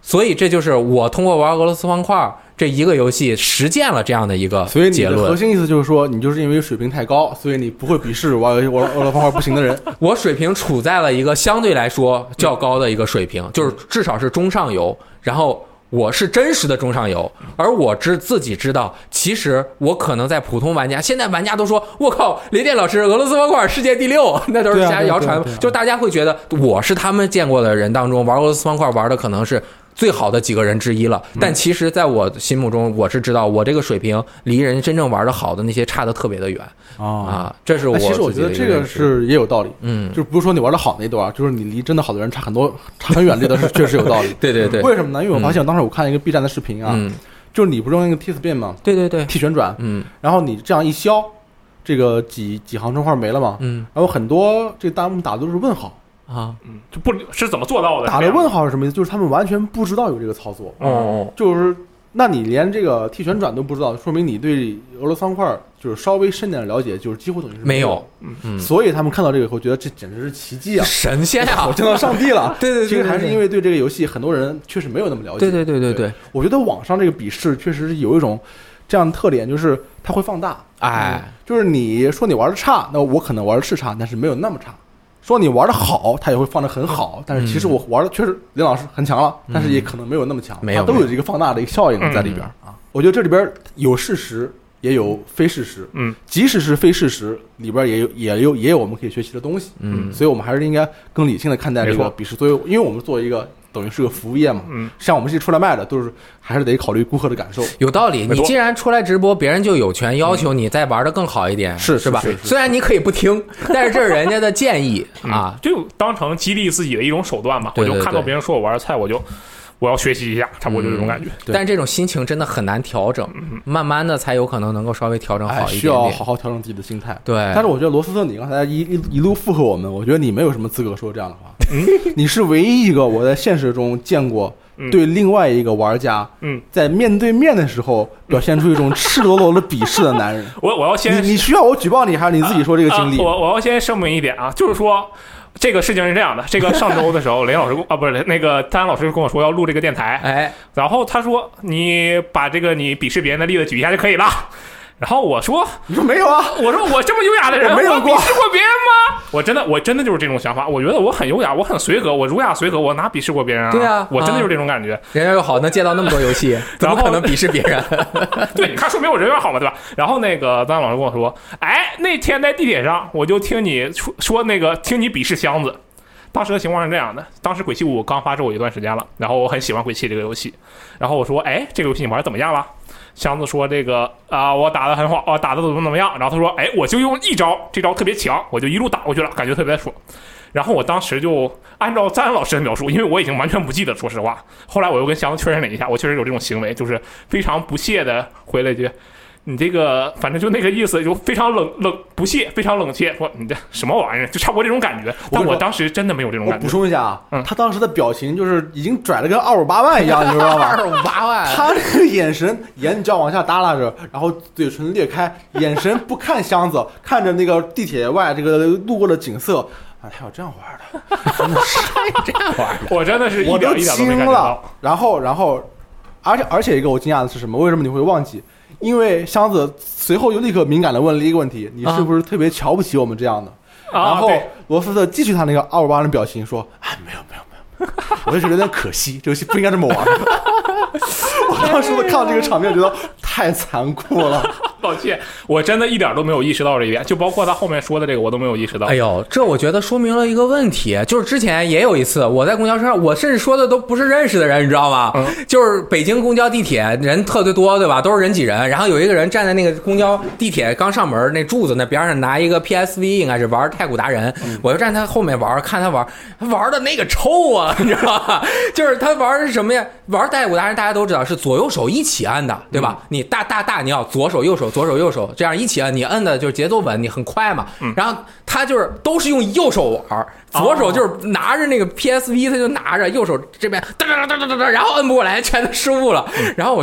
所以这就是我通过玩俄罗斯方块这一个游戏实践了这样的一个所以你结论。 的核心意思就是说，你就是因为水平太高，所以你不会鄙视玩游戏玩俄罗斯方块不行的人。 我水平处在了一个相对来说较高的一个水平，就是至少是中上游，然后我是真实的中上游，而我知自己知道，其实我可能在普通玩家，现在玩家都说我靠，雷电老师俄罗斯方块世界第六，那都是瞎谣传，就大家会觉得我是他们见过的人当中玩俄罗斯方块玩的可能是最好的几个人之一了，但其实在我心目中，我是知道我这个水平离人真正玩的好的那些差的特别的远啊啊，这是我其实我觉得这个是也有道理， 嗯， 就不是说你玩的好那段，就是你离真的好的人差很多，差很远，这个是确实有道理。 对对对， 为什么呢？因为我发现当时我看一个 B 站的视频啊， 嗯， 就是你不是用那个 T 字变吗？ 对对对 ，T 旋转， 嗯， 然后你这样一消，这个几几行中画没了嘛， 嗯， 然后很多这弹幕打的都是问号。 啊， 嗯，就不是怎么做到的？ 打的问号是什么意思？就是他们完全不知道有这个操作。 哦， 就是那你连这个 T 旋转都不知道，说明你对俄罗斯方块就是稍微深点的了解，就是几乎等于是没有。 有。 嗯， 所以他们看到这个以后，觉得这简直是奇迹啊， 神仙啊， 我见到上帝了。 对对对， 其实还是因为对这个游戏，很多人确实没有那么了解。 对对对对对， 我觉得网上这个鄙视确实是有一种这样的特点，就是它会放大。 哎， 就是你说你玩的差，那我可能玩的是差，但是没有那么差。说你玩的好，他也会放的很好，但是其实我玩的确实林老师很强了，但是也可能没有那么强， 没有都有这个放大的一个效应在里边啊。我觉得这里边有事实，也有非事实， 嗯， 即使是非事实，里边也有也有也有我们可以学习的东西， 嗯， 所以我们还是应该更理性的看待这个鄙视。作为，因为我们作为一个等于是个服务业嘛， 嗯， 像我们这出来卖的，都是还是得考虑顾客的感受。 有道理，你既然出来直播，别人就有权要求你再玩的更好一点， 是是吧？ 是是是虽然你可以不听，但是这是人家的建议啊， 就当成激励自己的一种手段吧。 对对对， 我就看到别人说我玩的菜，我就我要学习一下，差不多就这种感觉。 但是这种心情真的很难调整，慢慢的才有可能能够稍微调整好一点点， 需要好好调整自己的心态。 对， 但是我觉得罗斯特，你刚才一一一路附和我们，我觉得你没有什么资格说这样的话。 嗯， 你是唯一一个我在现实中见过对另外一个玩家， 嗯，在面对面的时候表现出一种赤裸裸的鄙视的男人。 我我要先， 你你需要我举报你，还是你自己说这个经历？ 啊啊、我我要先声明一点啊，就是说。这个事情是这样的，这个上周的时候，雷老师啊不是那个丹老师跟我说要录这个电台， 哎， 然后他说你把这个你鄙视别人的例子举一下就可以了。然后我说， 你说没有啊？ 我说我这么优雅的人， 我没有过鄙视过别人吗？我真的，我真的就是这种想法。我觉得我很优雅，我很随和，我儒雅随和，我哪鄙视过别人啊？ 对啊， 我真的就是这种感觉。 人缘又好，能借到那么多游戏，怎么可能鄙视别人？ 对，你看，说明我人缘好嘛，对吧？然后那个张老师跟我说，哎，那天在地铁上，我就听你说说那个，听你鄙视箱子。当时的情况是这样的，当时鬼泣五刚发售一段时间了，然后我很喜欢鬼泣这个游戏，然后我说，哎，这个游戏你玩怎么样了？箱子说这个啊、呃，我打得很好，啊，打得怎么怎么样？然后他说，哎，我就用一招，这招特别强，我就一路打过去了，感觉特别爽。然后我当时就按照赞老师的描述，因为我已经完全不记得，说实话。后来我又跟箱子确认了一下，我确实有这种行为，就是非常不屑的回了一句。你这个反正就那个意思，就非常冷冷不屑，非常冷切，说你这什么玩意儿，就差不多这种感觉。但我当时真的没有这种感觉。 我补充一下啊， 嗯、 他当时的表情就是已经拽了跟二五八万一样，你知道吗？ 二五八万， 他那个眼神，眼角往下耷拉着，然后嘴唇裂开，眼神不看箱子，看着那个地铁外这个路过的景色。啊，还有这样玩的，真的是这样玩的， 我真的是一点一点都没感觉到。 然后，然后，而且而且一个我惊讶的是什么？为什么你会忘记？因为箱子随后就立刻敏感的问了一个问题：你是不是特别瞧不起我们这样的？ 啊、 然后罗斯特继续他那个二五八的表情说：“哎，没有没有没有，我就觉得有点可惜，这游戏不应该这么玩。”我当时看到这个场面，觉得太残酷了。 抱歉，我真的一点都没有意识到这一点，就包括他后面说的这个，我都没有意识到。 哎呦，这我觉得说明了一个问题，就是之前也有一次我在公交车上，我甚至说的都不是认识的人，你知道吗？嗯、就是北京公交地铁人特别多，对吧？都是人挤人，然后有一个人站在那个公交地铁刚上门那柱子那边上，拿一个 P S V， 应该是玩太古达人，嗯、我就站他后面玩，看他玩，他玩的那个臭啊，你知道吗？就是他玩的是什么呀？玩太古达人大家都知道是左右手一起按的，对吧？嗯、你大大大你要左手右手左手右手这样一起按，你摁的就是节奏稳，你很快嘛。嗯、然后他就是都是用右手玩，左手就是拿着那个 P S V， 他就拿着右手这边哒哒哒哒哒哒，然后摁不过来，全都失误了。嗯、然后我说。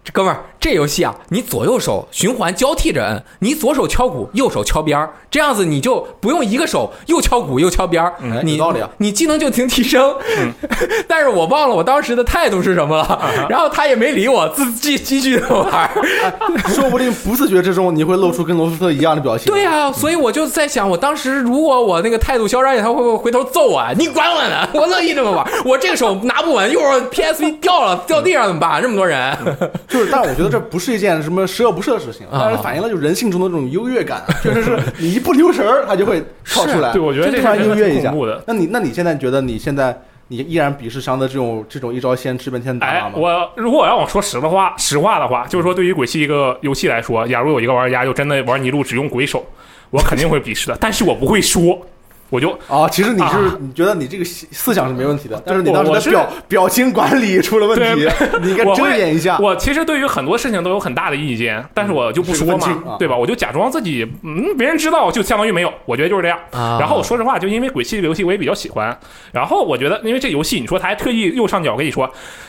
这哥们儿，这游戏啊，你左右手循环交替着摁，你左手敲鼓，右手敲边儿，这样子你就不用一个手又敲鼓又敲边儿， 嗯你有道理啊你技能就能提升。 嗯、 但是我忘了我当时的态度是什么了， 啊、 然后他也没理我，自己继续的玩。 说不定不自觉之中你会露出跟罗斯特一样的表情。 对呀、啊，所以我就在想，我当时如果我那个态度嚣张一点，他会不会回头揍我？你管我呢？我乐意这么玩，我这个手拿不稳，一会儿 P S V 掉了掉地上怎么办？这么多人， 就是，但我觉得这不是一件什么十恶不赦的事情， 啊、 但是反映了就人性中的这种优越感，确实是你一不留神儿，他就会跳出来。 对，我觉得这突然优越一下。 的。 那你那你现在觉得你现在你依然鄙视伤的这种这种一招鲜吃遍天打法吗？ 哎，我如果让我说实的话，实话的话，就是说对于鬼泣一个游戏来说，假如有一个玩家就真的玩泥路只用鬼手，我肯定会鄙视的，但是我不会说。我就啊，其实你是、 啊、 你觉得你这个思想是没问题的，但是你当时的表表情管理出了问题，你应该遮掩一下。 我, 我其实对于很多事情都有很大的意见，但是我就不说嘛， 啊、 对吧？我就假装自己嗯，别人知道就相当于没有，我觉得就是这样。 啊、 然后我说实话，就因为鬼泣这个游戏我也比较喜欢，然后我觉得因为这游戏，你说他还特意右上角跟你说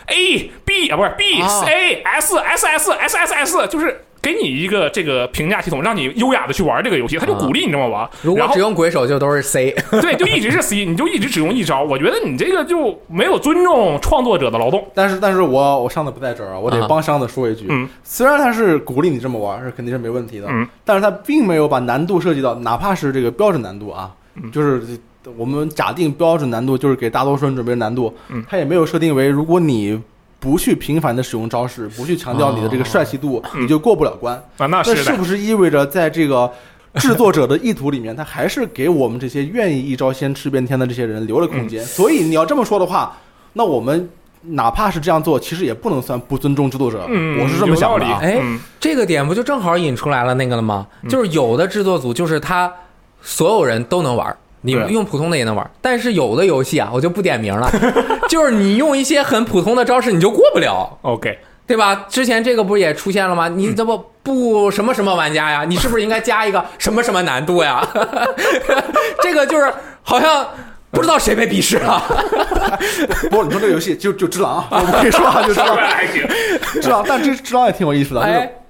A B 啊，不是 B、啊、A S S S S S S， 就是。给你一个这个评价系统，让你优雅的去玩这个游戏，他就鼓励你这么玩。 如果只用鬼手就都是 C， 对，就一直是 C， 你就一直只用一招。我觉得你这个就没有尊重创作者的劳动。 但是，但是我我上的不在这儿啊，我得帮伤的说一句， 嗯， 虽然他是鼓励你这么玩，是肯定是没问题的， 嗯， 但是他并没有把难度设计到，哪怕是这个标准难度啊，嗯、就是我们假定标准难度就是给大多数人准备的难度， 嗯， 他也没有设定为如果你。不去频繁的使用招式，不去强调你的这个帅气度，哦、你就过不了关。 啊，那是那是不是意味着在这个制作者的意图里面，他还是给我们这些愿意一招鲜吃遍天的这些人留了空间？嗯、所以你要这么说的话，那我们哪怕是这样做，其实也不能算不尊重制作者。 嗯， 我是这么想的、啊。 哎、嗯，这个点不就正好引出来了那个了吗？嗯、就是有的制作组就是他所有人都能玩。你用普通的也能玩，但是有的游戏啊，我就不点名了，就是你用一些很普通的招式，你就过不了 ，OK， 对吧？之前这个不是也出现了吗？你这不不什么什么玩家呀？你是不是应该加一个什么什么难度呀？这个就是好像不知道谁被鄙视了。 不过你说这个游戏就就只狼啊，我跟你说啊，就只狼还行，只狼，但这只狼也挺有意思的，就是。 哎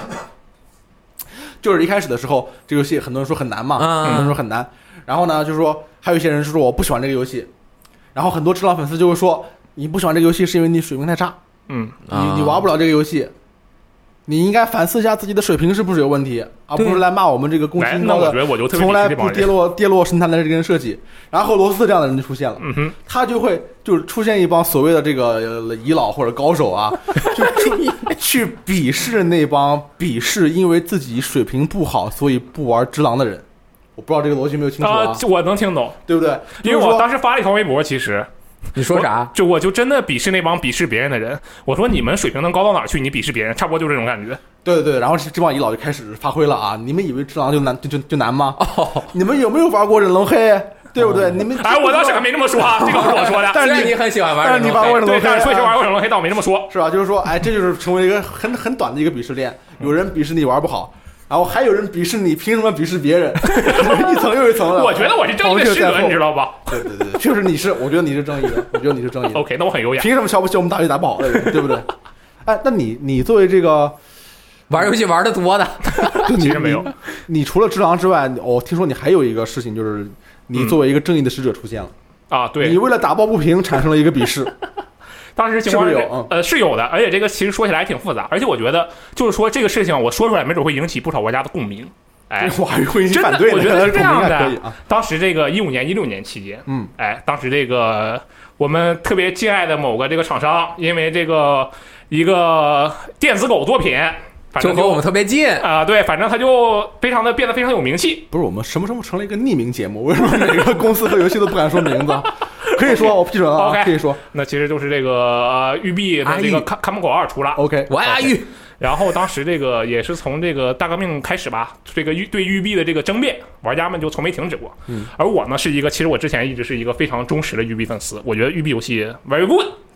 就是一开始的时候，这个游戏很多人说很难嘛， 嗯、 很多人说很难。然后呢，就是说还有一些人是说我不喜欢这个游戏，然后很多只狼粉丝就会说你不喜欢这个游戏是因为你水平太差， 嗯， 你你玩不了这个游戏，你应该反思一下自己的水平是不是有问题，而不是来骂我们这个公司高的从来不跌落跌落神坛的这个设计。然后罗斯这样的人就出现了， 嗯哼， 他就会就是出现一帮所谓的这个遗老或者高手啊，就去鄙视那帮鄙视因为自己水平不好所以不玩只狼的人。我不知道这个逻辑没有清楚啊、 呃，我能听懂， 对不对？ 因为我当时发了一条微博，其实你说啥？ 就我就真的鄙视那帮鄙视别人的人。我说你们水平能高到哪儿去？你鄙视别人，差不多就这种感觉。 对对对，然后这帮遗老就开始发挥了啊！你们以为只狼就难就就就难吗？哦，你们有没有玩过忍龙黑？对不对？哦、你们哎，我倒是还没这么说啊，这个不是我说的。 但是你很喜欢玩忍龙黑， 但是你玩过忍龙黑， 但是确实玩过忍龙黑，倒没这么说， 是吧？就是说，哎，这就是成为一个很很短的一个鄙视链。有人鄙视你玩不好。然后还有人鄙视你，凭什么鄙视别人？一层又一层的。 我觉得我是正义的使者，你知道吧？ 对对对，确实你是，我觉得你是正义的，我觉得你是正义的。 OK， 那我很优雅。 凭什么瞧不起我们大学打不好的人，对不对？哎，那你你作为这个玩游戏玩的多的， 其实没有。 你除了只狼之外，我、哦、听说你还有一个事情，就是你作为一个正义的使者出现了、 嗯、啊，对， 你为了打抱不平产生了一个鄙视。 当时情况是有、嗯、 呃是有的，而且这个其实说起来还挺复杂，而且我觉得就是说这个事情我说出来没准会引起不少玩家的共鸣。哎， 我还会反对的， 我觉得是这样的。 啊、 当时这个一五年、一六年期间， 嗯， 哎，当时这个我们特别敬爱的某个这个厂商，因为这个一个电子狗作品。反正就和我们特别近啊、呃，对，反正他就非常的变得非常有名气。 不是我们什么时候成了一个匿名节目？为什么每个公司和游戏都不敢说名字？可以说，我批准了、啊 okay, 可以说。 那其实就是这个呃，育碧的这个看看门狗二出了。 OK， 我爱阿玉。 然后当时这个也是从这个大革命开始吧，这个育对育碧的这个争辩，玩家们就从没停止过。 嗯， 而我呢是一个，其实我之前一直是一个非常忠实的育碧粉丝，我觉得育碧游戏 very good，非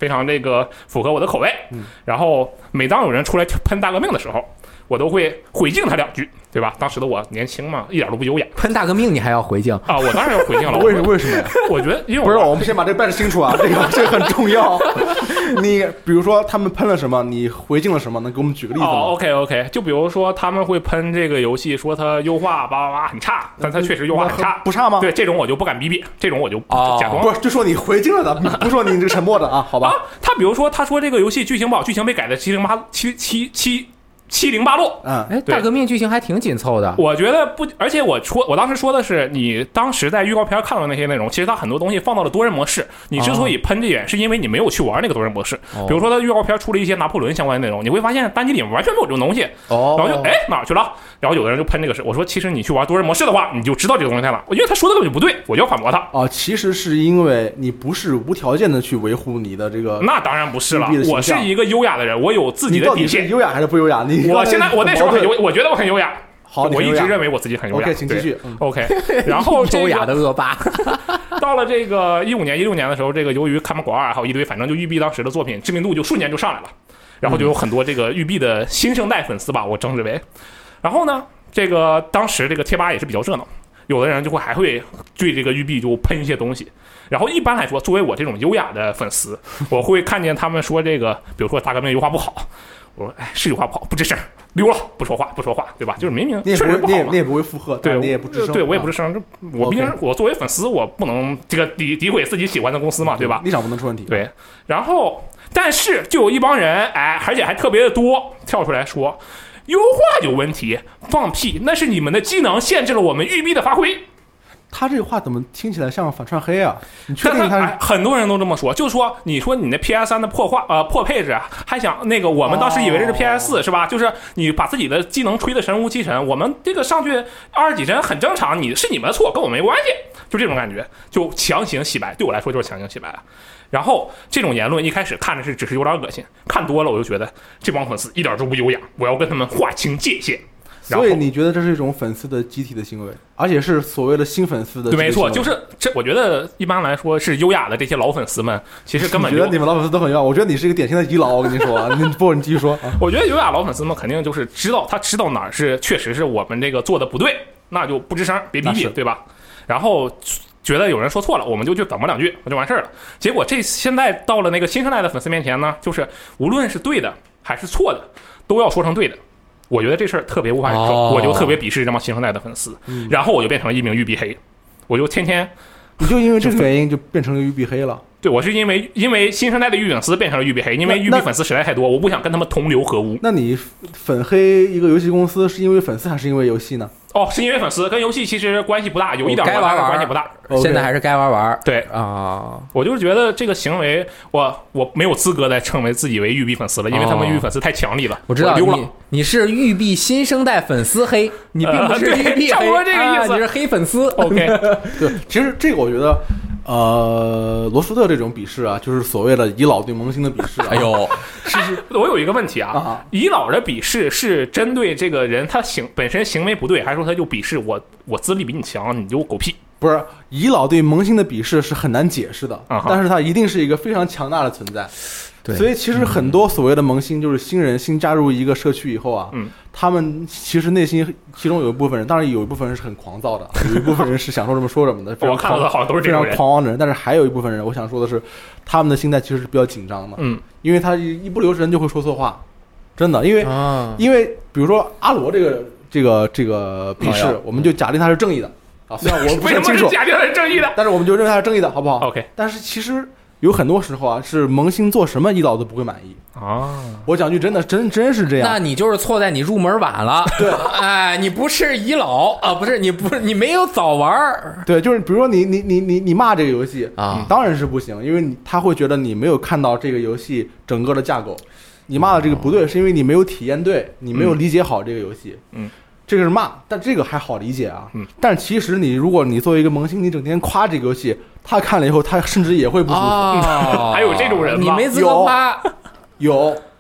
非常这个符合我的口味。然后每当有人出来喷大革命的时候，我都会回敬他两句，对吧？当时的我年轻嘛，一点都不优雅。 喷大革命你还要回敬啊？我当然要回敬了。 为什为什么呀？ 我觉得因为不是，我们先把这个办清楚啊，这个这个很重要。你比如说他们喷了什么，你回敬了什么，能给我们举个例子吗？ 哦 ，OK OK， 就比如说他们会喷这个游戏，说它优化叭叭叭很差，但它确实优化很差， 不差吗？ 对，这种我就不敢逼逼，这种我就假装。 不是，就说你回敬了的，不说你这个沉默的啊，好吧？ 啊，他比如说他说这个游戏剧情不好，剧情被改的七零八七七七。七零八落， 嗯， 哎，大革命剧情还挺紧凑的。 我觉得不，而且我说，我当时说的是，你当时在预告片看到的那些内容，其实它很多东西放到了多人模式。你之所以喷这点，是因为你没有去玩那个多人模式。 哦、 比如说，它预告片出了一些拿破仑相关的内容，你会发现单机里面完全没有这种东西。 哦， 然后就哎哪儿去了？然后有的人就喷这个事。我说，其实你去玩多人模式的话，你就知道这个东西在哪。因为他说的根本就不对，我就要反驳他。 哦，其实是因为你不是无条件的去维护你的这个。 那当然不是了，我是一个优雅的人，我有自己的底线。 优雅还是不优雅？你我现在我那时候很优，我觉得我很优雅。 好， 我一直认为我自己很优雅。 OK， 请继续。 嗯、OK， 然后、这个、 优雅的恶霸。 到了这个一五年、一六年的时候，这个由于看门狗二还有一堆，反正就育碧当时的作品知名度就瞬间就上来了，然后就有很多这个育碧的新生代粉丝吧，我称之为。然后呢，这个当时这个贴吧也是比较热闹，有的人就会还会对这个育碧就喷一些东西。然后一般来说，作为我这种优雅的粉丝，我会看见他们说这个，比如说大革命优化不好。我说，哎，是优化不好，不吱声，溜了，不说话，不说话，对吧？就是明明确实不好嘛， 你也不会附和， 对， 你也不吱声， 对我也不吱声。我毕竟我作为粉丝，我不能这个诋诋毁自己喜欢的公司嘛，对吧？ 立场不能出问题。 对，然后但是就有一帮人，哎，而且还特别的多，跳出来说优化有问题，放屁，那是你们的机能限制了我们育碧的发挥。 他这个话怎么听起来像反串黑啊？你确定他是、 哎？很多人都这么说，就是说，你说你那 P S 三 的破画呃破配置啊，还想那个我们当时以为这是 P S 四、哦、是吧？就是你把自己的技能吹得神乎其神，我们这个上去二十几帧很正常，你是你们的错，跟我没关系，就这种感觉，就强行洗白，对我来说就是强行洗白。然后这种言论一开始看着是只是有点恶心，看多了我就觉得这帮粉丝一点都不优雅，我要跟他们划清界限。 所以你觉得这是一种粉丝的集体的行为，而且是所谓的新粉丝的对，没错，就是这。我觉得一般来说是优雅的这些老粉丝们，其实根本就你觉得你们老粉丝都很优雅。我觉得你是一个典型的遗老，我跟你说，你不，你继续说。 我觉得优雅老粉丝们肯定就是知道他知道哪儿是确实是我们这个做的不对，那就不吱声，别逼逼，对吧？然后觉得有人说错了，我们就去反驳两句，就完事儿了。结果这现在到了那个新生代的粉丝面前呢，就是无论是对的还是错的，都要说成对的。我觉得这事儿特别无法忍受，哦、我就特别鄙视这帮新生代的粉丝、嗯，然后我就变成了一名育碧黑，我就天天， 你就因为这个原因就变成了育碧黑了。 对，我是因为因为新生代的育碧粉丝变成了育碧黑，因为育碧粉丝实在太多，我不想跟他们同流合污。 那你粉黑一个游戏公司是因为粉丝还是因为游戏呢？ 哦，是因为粉丝，跟游戏其实关系不大，有一点该玩玩关系不大。 现在还是该玩玩。 对啊， 我就是觉得这个行为，我我没有资格再称为自己为育碧粉丝了，因为他们育碧粉丝太强力了。 我知道丢了你你是育碧新生代粉丝黑，你并不是育碧黑， 差不多这个意思、 啊，你是黑粉丝。 OK， 对，其实这个我觉得。呃，罗斯特这种鄙视啊，就是所谓的遗老对萌新的鄙视、啊。 哎呦， 是是，我有一个问题啊，啊遗老的鄙视是针对这个人他行本身行为不对，还是说他就鄙视我我资历比你强，你就狗屁？ 不是，遗老对萌新的鄙视是很难解释的， 啊、 但是它一定是一个非常强大的存在。 对， 所以其实很多所谓的萌新，就是新人新加入一个社区以后啊， 嗯， 他们其实内心其中有一部分人，当然有一部分人是很狂躁的，有一部分人是想说什么说什么的， 我看到的好像都是这种人， 非常狂妄的人。但是还有一部分人，我想说的是，他们的心态其实是比较紧张的， 嗯， 因为他一不留神就会说错话，真的，因为、 啊、 因为比如说阿罗这个这个这个鄙视，我们就假定他是正义的啊，虽然我不是很清楚， 为什么是假定他是正义的， 但是我们就认为他是正义的，好不好 ？OK， 但是其实。有很多时候啊，是萌新做什么遗老都不会满意啊！ 我讲句真的，真真是这样。 那你就是错在你入门晚了。 对， 哎，你不是遗老啊，不是你不是你没有早玩。 对，就是比如说你你你你你骂这个游戏啊， 当然是不行，因为你他会觉得你没有看到这个游戏整个的架构，你骂的这个不对，是因为你没有体验对，你没有理解好这个游戏。 嗯。 这个是骂，但这个还好理解啊。 嗯， 但其实你如果你作为一个萌新，你整天夸这个游戏，他看了以后，他甚至也会不舒服。 哦、 还有这种人吗？ 你没资格夸。 有，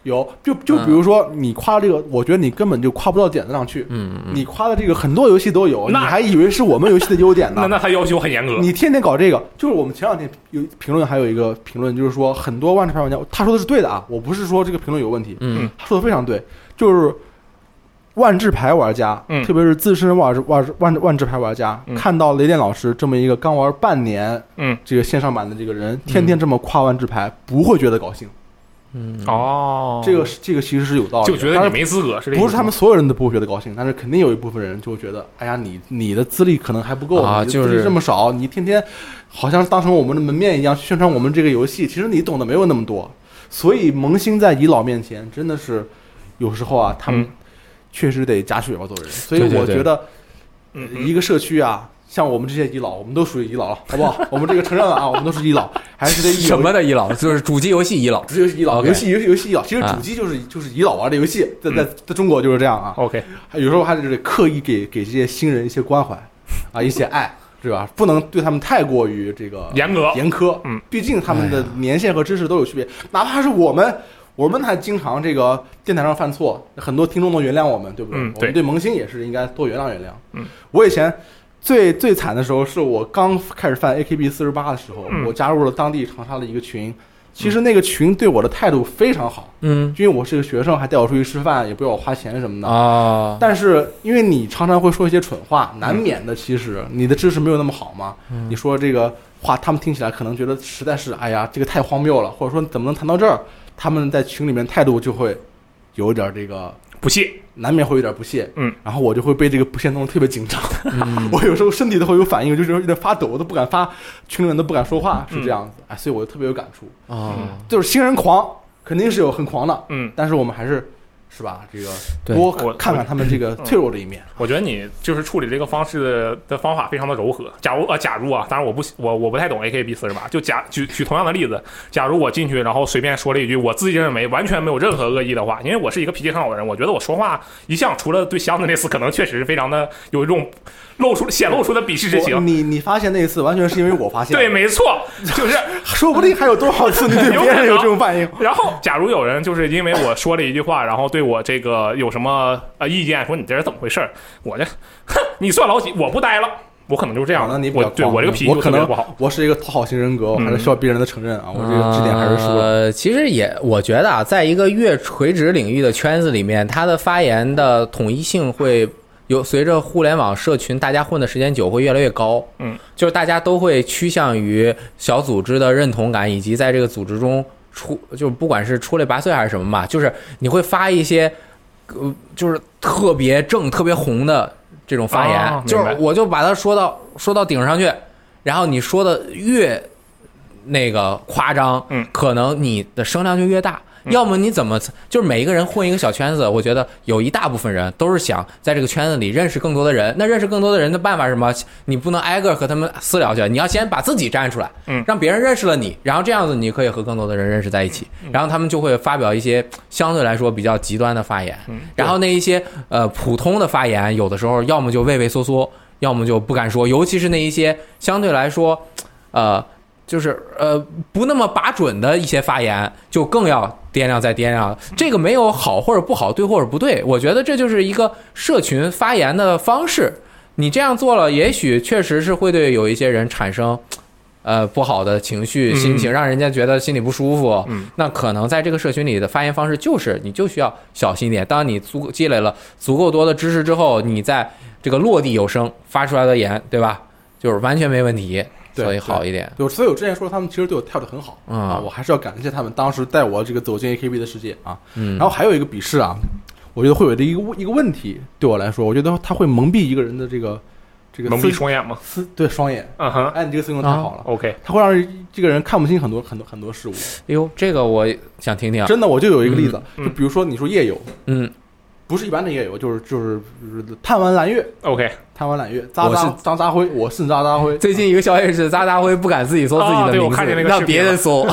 有，就就比如说你夸这个，我觉得你根本就夸不到点子上去。 嗯嗯， 你夸的这个很多游戏都有，你那还以为是我们游戏的优点呢？ 那那他要求很严格。 你天天搞这个，就是我们前两天有评论，还有一个评论就是说，很多万智牌玩家，他说的是对的啊，我不是说这个评论有问题， 嗯， 他说的非常对，就是万智牌玩家， 嗯特别是资深万万万万智牌玩家， 嗯看到雷电老师这么一个刚玩半年， 嗯， 这个线上版的这个人，天天这么夸万智牌，不会觉得高兴。 嗯哦， 这个是这个其实是有道理的， 就觉得你没资格，是这意思吗不是他们所有人都不会觉得高兴，但是肯定有一部分人就会觉得，哎呀，你你的资历可能还不够啊你的资历这么少，你天天好像当成我们的门面一样宣传我们这个游戏，其实你懂得没有那么多。所以萌新在遗老面前真的是有时候啊，他们嗯确实得加血吧做人。所以对对对我觉得， 嗯一个社区啊，像我们这些遗老，我们都属于遗老了，好不好？我们这个承认了啊，我们都是遗老，还是得以什么的遗老，就是主机游戏遗老。 主机游戏遗老， OK 游戏游戏游戏遗老，其实主机就是、就是遗老玩的游戏，在在在中国就是这样啊。 OK， 有时候还得刻意给给这些新人一些关怀啊，一些爱，是吧？不能对他们太过于这个严格严苛。 嗯， 毕竟他们的年限和知识都有区别，哪怕是我们，我们还经常这个电台上犯错，很多听众都原谅我们，对不对？ 嗯对我们对萌新也是应该多原谅原谅。 嗯， 我以前最最惨的时候，是我刚开始犯 A K B 四十八的时候， 嗯我加入了当地长沙的一个群。其实那个群对我的态度非常好， 嗯因为我是个学生，还带我出去吃饭，也不要我花钱什么的。 啊， 但是因为你常常会说一些蠢话，难免的。其实你的知识没有那么好嘛， 嗯你说这个话，他们听起来可能觉得实在是，哎呀，这个太荒谬了，或者说怎么能谈到这儿？他们在群里面态度就会有一点这个不屑。 难免会有点不屑， 嗯， 然后我就会被这个不屑弄得特别紧张， 嗯我有时候身体都会有反应，就是有点发抖，我都不敢发，群里面都不敢说话，是这样子， 嗯哎，所以我就特别有感触， 啊， 就是新人狂肯定是有很狂的， 嗯， 但是我们还是是吧，这个对多我看看他们这个脆弱的一面。 我觉得你就是处理这个方式的的方法非常的柔和。假如呃，假如啊，当然我不我我不太懂 A K B 四十八，就假举举同样的例子，假如我进去然后随便说了一句我自己认为完全没有任何恶意的话，因为我是一个脾气很好的人，我觉得我说话一向除了对箱子那次可能确实是非常的有一种露出显露出的鄙视之我情。 你你发现那一次完全是因为我发现， 对，，没错，就是说不定还有多少次你对别人有这种反应。 然后，假如有人就是因为我说了一句话，然后对我这个有什么呃意见，说你这是怎么回事儿，我这，哼，你算老几？我不待了，我可能就是这样的。 那你比较我对狂我这个脾气就我可能特别不好。 我是一个讨好型人格，我还是需要别人的承认啊，我这个这点还是输了。 呃，其实也，我觉得啊，在一个越垂直领域的圈子里面，他的发言的统一性会有随着互联网社群大家混的时间久会越来越高。 嗯， 就是大家都会趋向于小组织的认同感，以及在这个组织中出，就不管是出类拔萃还是什么嘛，就是你会发一些，呃，就是特别正、特别红的这种发言， 啊就是明白我就把它说到说到顶上去，然后你说的越那个夸张， 嗯可能你的声量就越大。 嗯要么你怎么就是每一个人混一个小圈子，我觉得有一大部分人都是想在这个圈子里认识更多的人。那认识更多的人的办法是什么？你不能挨个和他们私聊去，你要先把自己站出来， 嗯让别人认识了你，然后这样子你可以和更多的人认识在一起，然后他们就会发表一些相对来说比较极端的发言， 嗯然后那一些呃普通的发言，有的时候要么就畏畏缩缩，要么就不敢说，尤其是那一些相对来说，呃。就是呃不那么把准的一些发言，就更要掂量再掂量。这个没有好或者不好，对或者不对，我觉得这就是一个社群发言的方式。你这样做了，也许确实是会对有一些人产生呃不好的情绪、心情，让人家觉得心里不舒服。 嗯， 那可能在这个社群里的发言方式就是你就需要小心一点。当你足积累了足够多的知识之后，你在这个落地有声发出来的言，对吧？就是完全没问题。 对所以好一点。 对，所以我之前说他们其实对我态度很好、 嗯、 啊，我还是要感谢他们当时带我这个走进 A K B 的世界啊。 嗯， 然后还有一个笔试啊，我觉得会有的一个一个问题，对我来说，我觉得他会蒙蔽一个人的这个这个蒙蔽双眼吗？ 思对双眼。 嗯哼， 哎，你这个词用的太好了。 啊、OK， 他会让这个人看不清很多很多很多事物。 哎呦，这个我想听听。 真的，我就有一个例子， 嗯、 就比如说你说夜游， 嗯。 不是一般的夜游，就是就是就是贪玩揽月 ，OK， 贪玩揽月，渣渣张渣辉，我是渣渣辉。 最近一个消息是，渣渣辉不敢自己搜自己的名字， 啊、 让别人搜。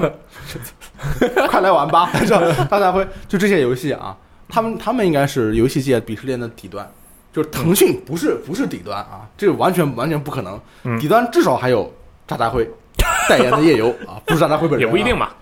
快来玩吧！渣渣辉，就这些游戏啊，他们他们应该是游戏界鄙视链的底端，就是腾讯不是不是底端啊，这个完全完全不可能。 嗯、 底端至少还有渣渣辉代言的夜游啊，不是渣渣辉本人、啊， 也不一定吧，嗯。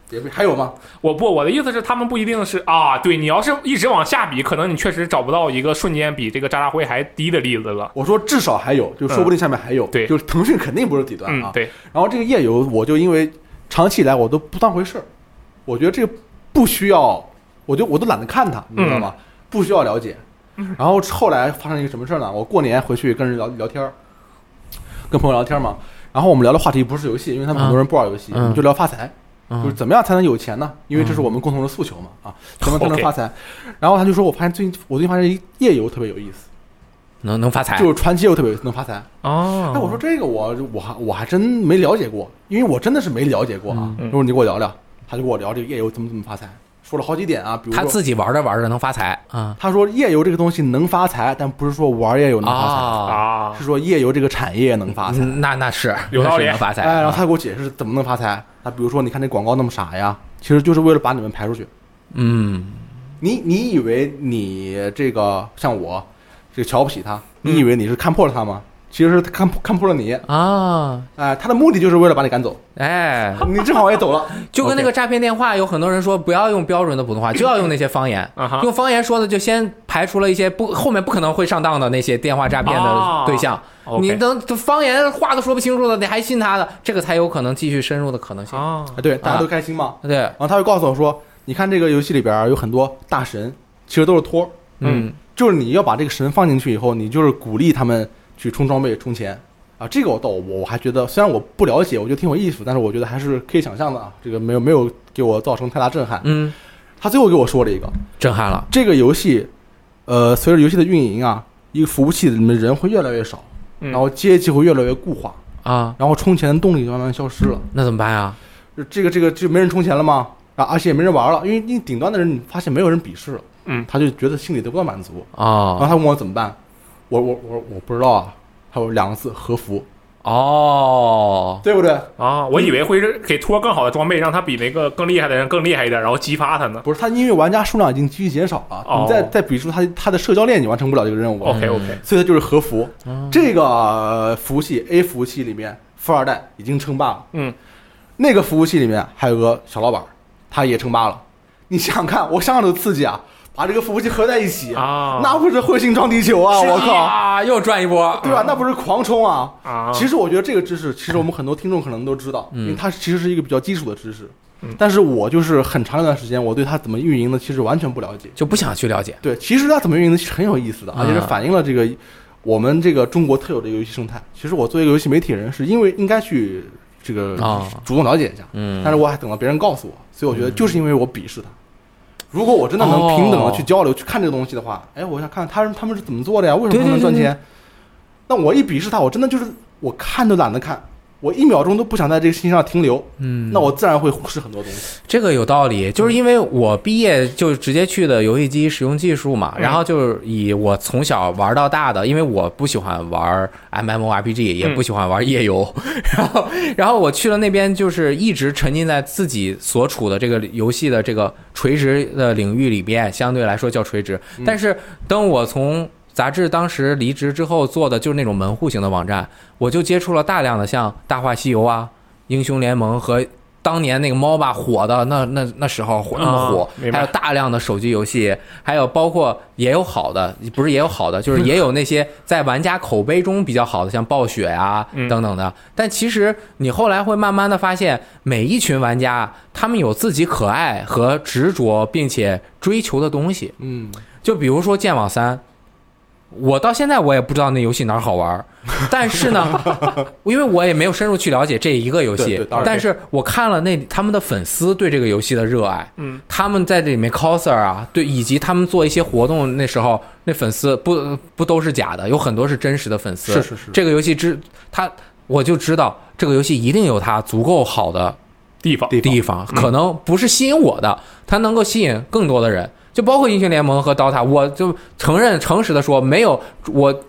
也不还有吗？ 我不，我的意思是他们不一定是啊，对你要是一直往下比，可能你确实找不到一个瞬间比这个渣渣辉还低的例子了。 我说至少还有，就说不定下面还有。 对就是腾讯肯定不是底端啊。 嗯，对。 然后这个页游，我就因为长期以来我都不当回事儿，我觉得这个不需要，我就我都懒得看它，你知道吗？ 嗯、 不需要了解。然后后来发生一个什么事儿呢？我过年回去跟人聊聊天，跟朋友聊天嘛。然后我们聊的话题不是游戏，因为他们很多人不玩游戏， 嗯、 我们就聊发财。就是怎么样才能有钱呢？因为这是我们共同的诉求嘛，啊，怎么才能发财？ Okay. 然后他就说，我发现最近我最近发现一页游特别有意思， 能能发财， 就是传奇游特别能发财哦。 哎，我说这个我我还我还真没了解过，因为我真的是没了解过啊。 嗯、 如果你给我聊聊，他就跟我聊这个页游怎么怎么发财，说了好几点啊，比如说他自己玩着玩着能发财啊。 他说页游这个东西能发财，但不是说玩页游能发财啊， 是说页游这个产业能发财。 嗯、那那是有道理， 能发财。 哎，然后他给我解释怎么能发财。他比如说，你看那广告那么傻呀，其实就是为了把你们排出去。 嗯， 你你以为你这个像我，这个瞧不起他，你以为你是看破了他吗？其实是看看破了你啊！ 哎，他的目的就是为了把你赶走。 哎， 你正好也走了， 就跟那个诈骗电话，有很多人说不要用标准的普通话，就要用那些方言。用方言说的，就先排除了一些不后面不可能会上当的那些电话诈骗的对象。 哦、 你等方言话都说不清楚了，你还信他的，这个才有可能继续深入的可能性。 啊， 对，大家都开心嘛。 对， 然后他会告诉我说，你看这个游戏里边有很多大神，其实都是托。 嗯， 就是你要把这个神放进去以后，你就是鼓励他们去充装备、充钱。啊，这个我倒我我还觉得，虽然我不了解，我觉得挺有意思，但是我觉得还是可以想象的啊。这个没有没有给我造成太大震撼。 嗯， 他最后给我说了一个震撼了。 这个游戏，呃，随着游戏的运营啊，一个服务器里面人会越来越少， 嗯、 然后阶级会越来越固化啊， 然后充钱的动力就慢慢消失了。 那怎么办呀？ 这个这个就没人充钱了吗？啊，而且也没人玩了，因为你顶端的人你发现没有人鄙视了， 嗯， 他就觉得心里得不到满足啊。 然后他问我怎么办，我我我我不知道啊。还有两个字，和服。 哦， 对不对啊？我以为会是给托更好的装备，让他比那个更厉害的人更厉害一点，然后激发他呢。 不是，他因为玩家数量已经急剧减少了， 哦、 你再再比出他他的社交链，你完成不了这个任务。 OK OK， 所以他就是和服。嗯、这个服务器 A 服务器里面，富二代已经称霸了。 嗯， 那个服务器里面还有个小老板，他也称霸了。你想想看，我想想都刺激啊！把这个服务器合在一起啊， 那不是彗星撞地球啊！我靠啊，又赚一波， 对吧？那不是狂冲啊！ 啊， 其实我觉得这个知识，其实我们很多听众可能都知道， 嗯、 因为它其实是一个比较基础的知识。嗯、但是我就是很长一段时间，我对它怎么运营的，其实完全不了解， 就不想去了解。 对，其实它怎么运营的是很有意思的，而且是反映了这个我们这个中国特有的游戏生态。其实我作为一个游戏媒体人，是因为应该去这个主动了解一下， 嗯， 但是我还等到别人告诉我，所以我觉得就是因为我鄙视它。如果我真的能平等的去交流、哦、去看这个东西的话，哎，我想看他他们是怎么做的呀？为什么他们能赚钱？ 对对对对， 那我一鄙视他，我真的就是我看都懒得看，我一秒钟都不想在这个信息上停留。 嗯， 那我自然会忽视很多东西。 这个有道理，就是因为我毕业就直接去的游戏机使用技术嘛，嗯、然后就是以我从小玩到大的，因为我不喜欢玩 M M O R P G， 也不喜欢玩页游，嗯、然后然后我去了那边，就是一直沉浸在自己所处的这个游戏的这个垂直的领域里边，相对来说叫垂直。 嗯、 但是等我从杂志当时离职之后做的就是那种门户型的网站，我就接触了大量的像大话西游啊、英雄联盟和当年那个 M O B A 火的那那那时候火那么火、 哦， 还有大量的手机游戏，还有包括也有好的，不是也有好的，就是也有那些在玩家口碑中比较好的，像暴雪啊等等的。 嗯、 但其实你后来会慢慢的发现，每一群玩家他们有自己可爱和执着并且追求的东西。 嗯， 就比如说剑网三。我到现在我也不知道那游戏哪儿好玩，但是呢，因为我也没有深入去了解这一个游戏，但是我看了那他们的粉丝对这个游戏的热爱， 嗯， 他们在这里面 coser 啊，对，以及他们做一些活动，那时候那粉丝不不都是假的，有很多是真实的粉丝， 是是是， 这个游戏之他我就知道这个游戏一定有它足够好的地方地方，可能不是吸引我的，它能够吸引更多的人。就包括英雄联盟和 D O T A， 我就承认诚实的说，没有我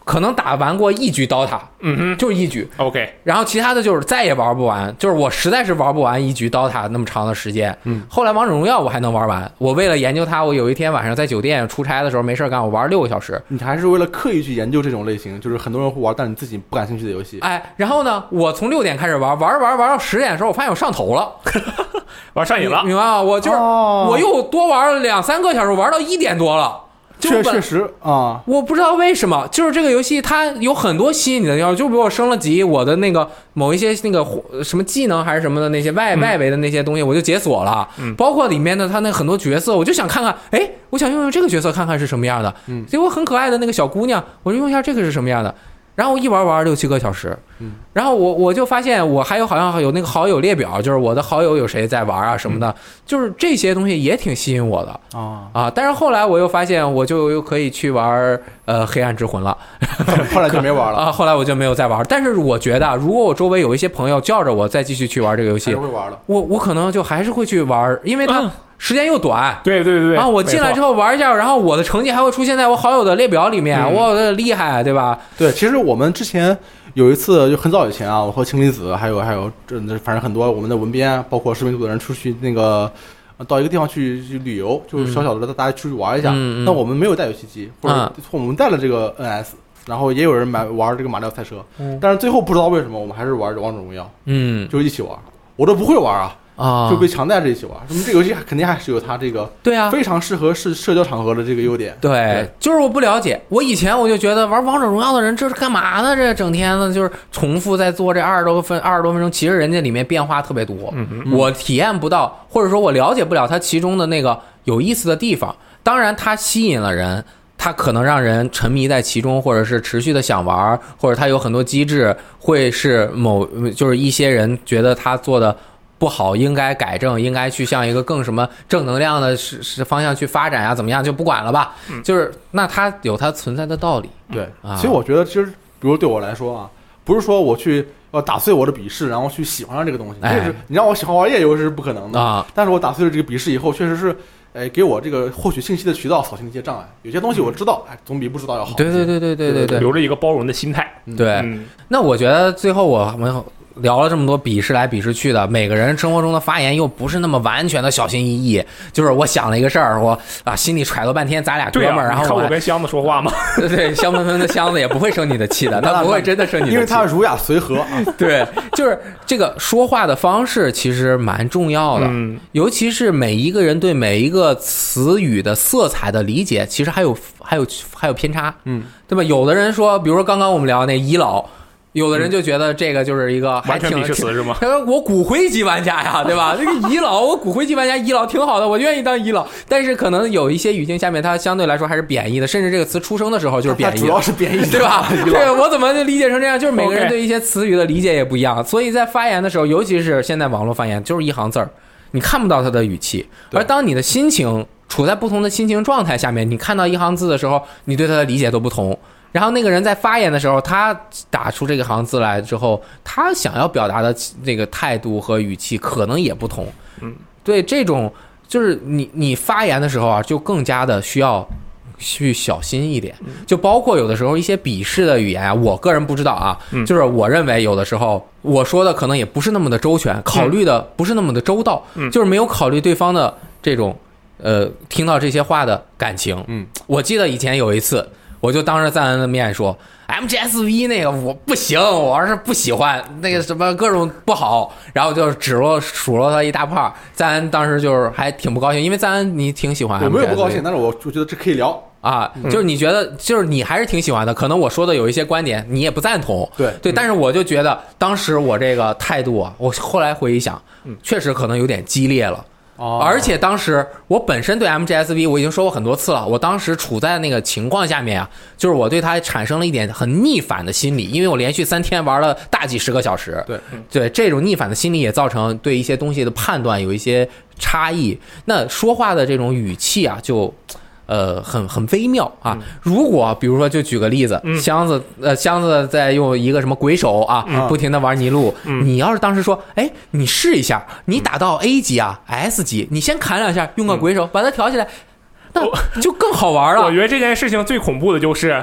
可能打完过一局刀塔， 嗯哼就是一局， ，OK， 然后其他的就是再也玩不完，就是我实在是玩不完一局刀塔那么长的时间。 嗯， 后来王者荣耀我还能玩完，我为了研究它，我有一天晚上在酒店出差的时候没事干，我玩六个小时。 你还是为了刻意去研究这种类型，就是很多人会玩，但你自己不感兴趣的游戏。 哎，然后呢，我从六点开始玩，玩玩玩到十点的时候，我发现我上头了， 玩上瘾了， 明白吗？我就是、 哦、 我又多玩了两三个小时，玩到一点多了。 确确实啊， 我不知道为什么，就是这个游戏它有很多吸引你的地方，就比如我升了级，我的那个某一些那个什么技能还是什么的那些外、嗯、外围的那些东西我就解锁了， 嗯， 包括里面的它那很多角色，我就想看看，哎，我想用用这个角色看看是什么样的， 嗯， 结果很可爱的那个小姑娘，我就用一下这个是什么样的。然后我一玩玩六七个小时， 嗯， 然后我我就发现我还有好像有那个好友列表，就是我的好友有谁在玩啊什么的，嗯、就是这些东西也挺吸引我的啊啊！但是后来我又发现，我就又可以去玩呃黑暗之魂了， 后来就没玩了啊，后来我就没有再玩。但是我觉得，如果我周围有一些朋友叫着我再继续去玩这个游戏， 还是会玩的。 我我可能就还是会去玩，因为它。嗯时间又短， 对对对对啊！我进来之后玩一下，然后我的成绩还会出现在我好友的列表里面， 嗯、 我的厉害，对吧？ 对，其实我们之前有一次就很早以前啊，我和氢离子还有还有这反正很多我们的文编，包括视频组的人出去那个到一个地方去去旅游，就是小小的大家出去玩一下。 嗯、 那我们没有带游戏机，或者我们带了这个 N S，、嗯、然后也有人买玩这个马里奥赛车， 嗯、 但是最后不知道为什么我们还是玩王者荣耀， 嗯， 就一起玩，我都不会玩啊。 啊， 就被强带着一起玩，说明这个游戏肯定还是有它这个对啊非常适合社社交场合的这个优点。 对， 对就是我不了解，我以前我就觉得玩王者荣耀的人这是干嘛呢？这整天的就是重复在做这二十多分二十多分钟，其实人家里面变化特别多， 嗯嗯我体验不到，或者说我了解不了它其中的那个有意思的地方。当然，它吸引了人。它可能让人沉迷在其中，或者是持续的想玩，或者它有很多机制会是某就是一些人觉得它做的不好，应该改正，应该去向一个更什么正能量的是是方向去发展呀、啊，怎么样就不管了吧。 嗯、 就是那它有它存在的道理。 对， 啊、 其实我觉得，其实比如对我来说啊，不是说我去要打碎我的鄙视，然后去喜欢上这个东西， 哎、 就是你让我喜欢玩页游是不可能的啊。 但是我打碎了这个鄙视以后，确实是。哎，给我这个获取信息的渠道扫清一些障碍。有些东西我知道，哎，总比不知道要好。 对对对对对对对， 留着一个包容的心态。 对， 嗯、 那我觉得最后我们聊了这么多鄙视来鄙视去的，每个人生活中的发言又不是那么完全的小心翼翼。就是我想了一个事儿，我啊心里揣了半天，咱俩哥们儿， 啊、 然后看我跟箱子说话吗？ 对对，香喷喷的箱子也不会生你的气的，他不会真的生你的气， 因为他儒雅随和啊。 对，就是这个说话的方式其实蛮重要的， 嗯， 尤其是每一个人对每一个词语的色彩的理解，其实还有还有还有偏差， 嗯， 对吧？有的人说，比如说刚刚我们聊那医老。有的人就觉得这个就是一个还挺完全鄙视词是吗？ 他说我骨灰级玩家呀，对吧？这个医老，我骨灰级玩家医老挺好的，我愿意当医老。但是可能有一些语境下面，它相对来说还是贬义的，甚至这个词出生的时候就是贬义的， 主要是贬义的， 对吧？这个我怎么就理解成这样？就是每个人对一些词语的理解也不一样，所以在发言的时候，尤其是现在网络发言，就是一行字儿，你看不到它的语气，而当你的心情处在不同的心情状态下面，你看到一行字的时候，你对它的理解都不同。然后那个人在发言的时候，他打出这个行字来之后，他想要表达的那个态度和语气可能也不同。 嗯， 对，这种就是你你发言的时候啊，就更加的需要去小心一点。就包括有的时候一些鄙视的语言啊，我个人不知道啊，就是我认为有的时候我说的可能也不是那么的周全，考虑的不是那么的周到，就是没有考虑对方的这种呃听到这些话的感情。 嗯， 我记得以前有一次。我就当着赞恩的面说 M G S V 那个我不行，我要是不喜欢那个什么各种不好，然后就指了数落他一大炮。赞恩当时就是还挺不高兴，因为赞恩你挺喜欢 M G S V， 我没有不高兴，但是我我觉得这可以聊啊，就是你觉得就是你还是挺喜欢的，可能我说的有一些观点你也不赞同， 对对，但是我就觉得当时我这个态度啊，我后来回忆想，确实可能有点激烈了。 哦， 而且当时我本身对 M G S V 我已经说过很多次了，我当时处在那个情况下面啊，就是我对它产生了一点很逆反的心理，因为我连续三天玩了大几十个小时， 对对，这种逆反的心理也造成对一些东西的判断有一些差异，那说话的这种语气啊就呃，很很微妙啊！如果比如说，就举个例子， 嗯、 箱子呃，箱子在用一个什么鬼手啊， 嗯、 不停的玩泥路、 嗯。 你要是当时说，哎，你试一下，你打到 A 级啊、嗯、S 级，你先砍两下，用个鬼手、嗯、把它调起来，那就更好玩了。 我觉得这件事情最恐怖的就是。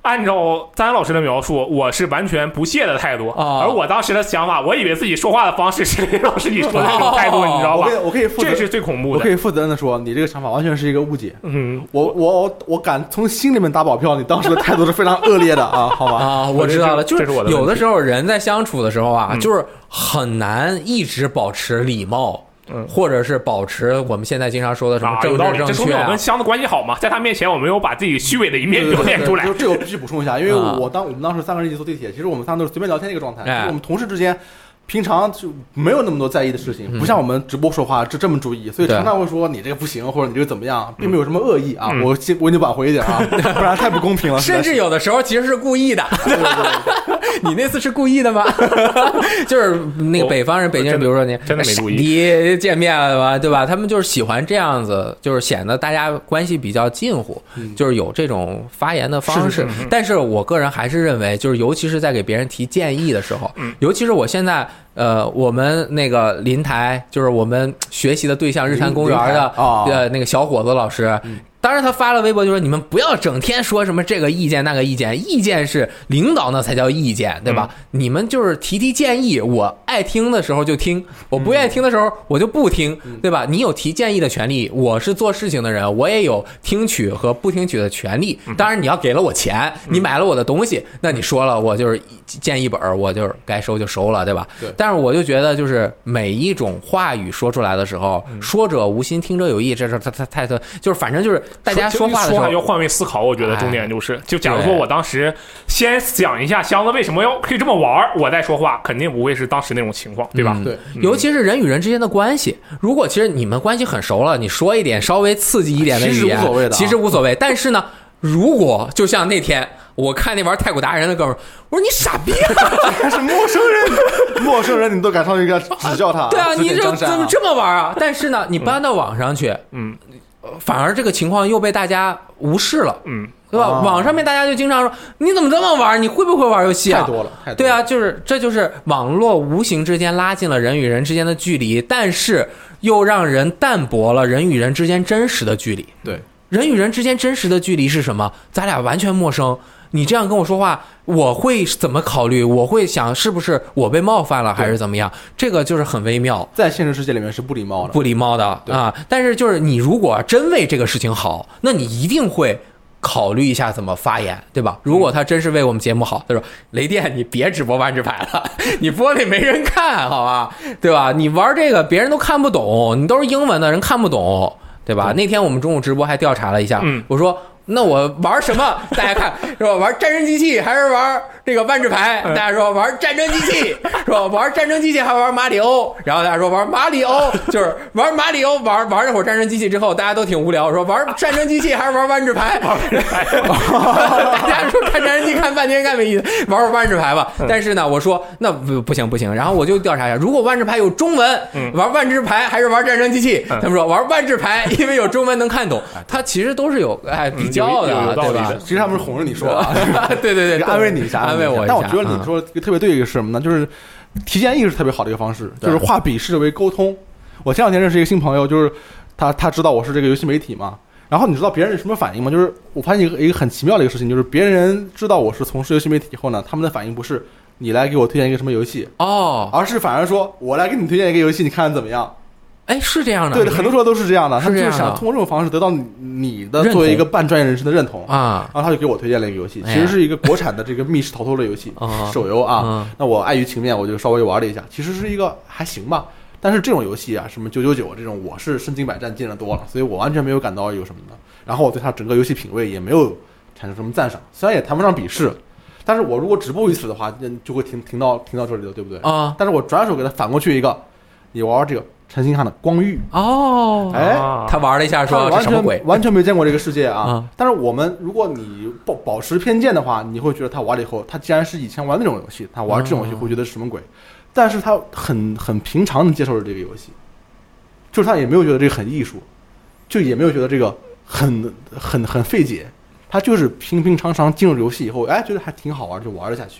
按照赞恩老师的描述，我是完全不屑的态度， 哦、 而我当时的想法，我以为自己说话的方式是雷老师你说的那种态度， 哦、 你知道吧？ 我可以，我可以负责， 这是最恐怖的。 我可以负责任的说，你这个想法完全是一个误解。 嗯， 我我我敢从心里面打保票，你当时的态度是非常恶劣的啊，好吧？ 啊，我知道了，就是有的时候人在相处的时候啊， 嗯、 就是很难一直保持礼貌。嗯，或者是保持我们现在经常说的什么政治正确、啊啊、这说明我跟箱子关系好嘛，在他面前我没有把自己虚伪的一面表现出来。 对对对对这个必须补充一下，因为我当我们当时三个人一起坐地铁，其实我们三个都是随便聊天的一个状态，就是我们同事之间。平常就没有那么多在意的事情，不像我们直播说话这这么注意，所以常常会说你这个不行，或者你这个怎么样，并没有什么恶意啊。 嗯、 我我已经挽回一点啊，不然太不公平了。 甚至有的时候其实是故意的。 对对对你那次是故意的吗？就是那个北方人、北京人，比如说你真的没故意， 你见面了吧，对吧？他们就是喜欢这样子，就是显得大家关系比较近乎， 嗯、 就是有这种发言的方式。 是是是但是我个人还是认为，就是尤其是在给别人提建议的时候， 嗯、 尤其是我现在。呃，我们那个林台就是我们学习的对象，日坛公园的呃那个小伙子老师。嗯当然，他发了微博就说：“你们不要整天说什么这个意见那个意见，意见是领导那才叫意见，对吧？嗯、你们就是提提建议，我爱听的时候就听，我不愿意听的时候我就不听， 嗯、 对吧？你有提建议的权利，我是做事情的人，我也有听取和不听取的权利。当然，你要给了我钱，你买了我的东西，那你说了，我就是建议本，我就是该收就收了，对吧？ 对。 但是我就觉得，就是每一种话语说出来的时候， 嗯、 说者无心，听者有意，这是他他太太就是反正就是大家说话的时候。” 说话要换位思考，我觉得重点就是，就假如说我当时先想一下箱子为什么要可以这么玩，我再说话，肯定不会是当时那种情况，对吧？ 嗯、 对， 尤其是人与人之间的关系，如果其实你们关系很熟了，你说一点稍微刺激一点的语言， 其实无所谓的、啊， 其实无所谓。但是呢，如果就像那天我看那玩太古达人的哥们儿，我说你傻逼啊！ 他是陌生人，陌生人你都敢上去给他指教他？ 对啊，你这怎么这么玩啊？但是呢，你搬到网上去， 嗯。 反而这个情况又被大家无视了， 嗯， 对吧？啊、网上面大家就经常说你怎么这么玩？你会不会玩游戏啊？ 太多了，太多了。 对啊，就是这就是网络无形之间拉近了人与人之间的距离，但是又让人淡薄了人与人之间真实的距离。 对， 人与人之间真实的距离是什么？咱俩完全陌生。你这样跟我说话，我会怎么考虑？我会想是不是我被冒犯了，还是怎么样？这个就是很微妙。 在现实世界里面是不礼貌的， 不礼貌的啊！但是就是你如果真为这个事情好，那你一定会考虑一下怎么发言，对吧？如果他真是为我们节目好，他说雷电你别直播万智牌了，你播的没人看，好吧？对吧？你玩这个别人都看不懂，你都是英文的人看不懂，对吧？那天我们中午直播还调查了一下， 嗯、 我说。那我玩什么？大家看是吧？玩战争机器还是玩这个万智牌？大家说玩战争机器是吧？玩战争机器还是玩马里欧？然后大家说玩马里欧，就是玩马里欧，玩玩了会儿战争机器之后，大家都挺无聊，说玩战争机器还是玩万智牌？玩万智牌。大家说看战争机看半天看没意思，玩玩万智牌吧。但是呢，我说那不不行不行，然后我就调查一下，如果万智牌有中文，玩万智牌还是玩战争机器？他们说玩万智牌，因为有中文能看懂。它其实都是有哎比。教的对吧？ 其实他们是哄着你说啊， 对对对， 安慰你一下， 安慰我一下。 但我觉得你说一个特别对一个是什么呢？就是提建议是特别好的一个方式，就是化鄙视为沟通。我前两天认识一个新朋友，就是他他知道我是这个游戏媒体嘛，然后你知道别人是什么反应吗？就是我发现一个一个很奇妙的一个事情，就是别人知道我是从事游戏媒体以后呢，他们的反应不是你来给我推荐一个什么游戏哦， 而是反而说我来给你推荐一个游戏，你看怎么样？ 哎，是这样的， 对，很多时候都是这样的，他就是想通过这种方式得到你的作为一个半专业人士的认同啊， 然后他就给我推荐了一个游戏，其实是一个国产的这个密室逃脱的游戏，手游啊。那我碍于情面，我就稍微玩了一下，其实是一个还行吧。但是这种游戏啊，什么九九九这种，我是身经百战见得多了，所以我完全没有感到有什么的。然后我对他整个游戏品味也没有产生什么赞赏，虽然也谈不上鄙视。但是我如果止步于此的话，就会停停到停到这里了，对不对啊？ 但是我转手给他反过去一个，你玩玩这个陈星汉的光遇哦， 哎， 他玩了一下说这什么鬼， 完全没见过这个世界啊！ 啊但是我们如果你保保持偏见的话，你会觉得他玩了以后，他既然是以前玩那种游戏，他玩这种游戏会觉得是什么鬼？但是他很很平常的接受了这个游戏，就是他也没有觉得这个很艺术，就也没有觉得这个很很很费解，他就是平平常常进入游戏以后，哎，觉得还挺好玩，就玩了下去。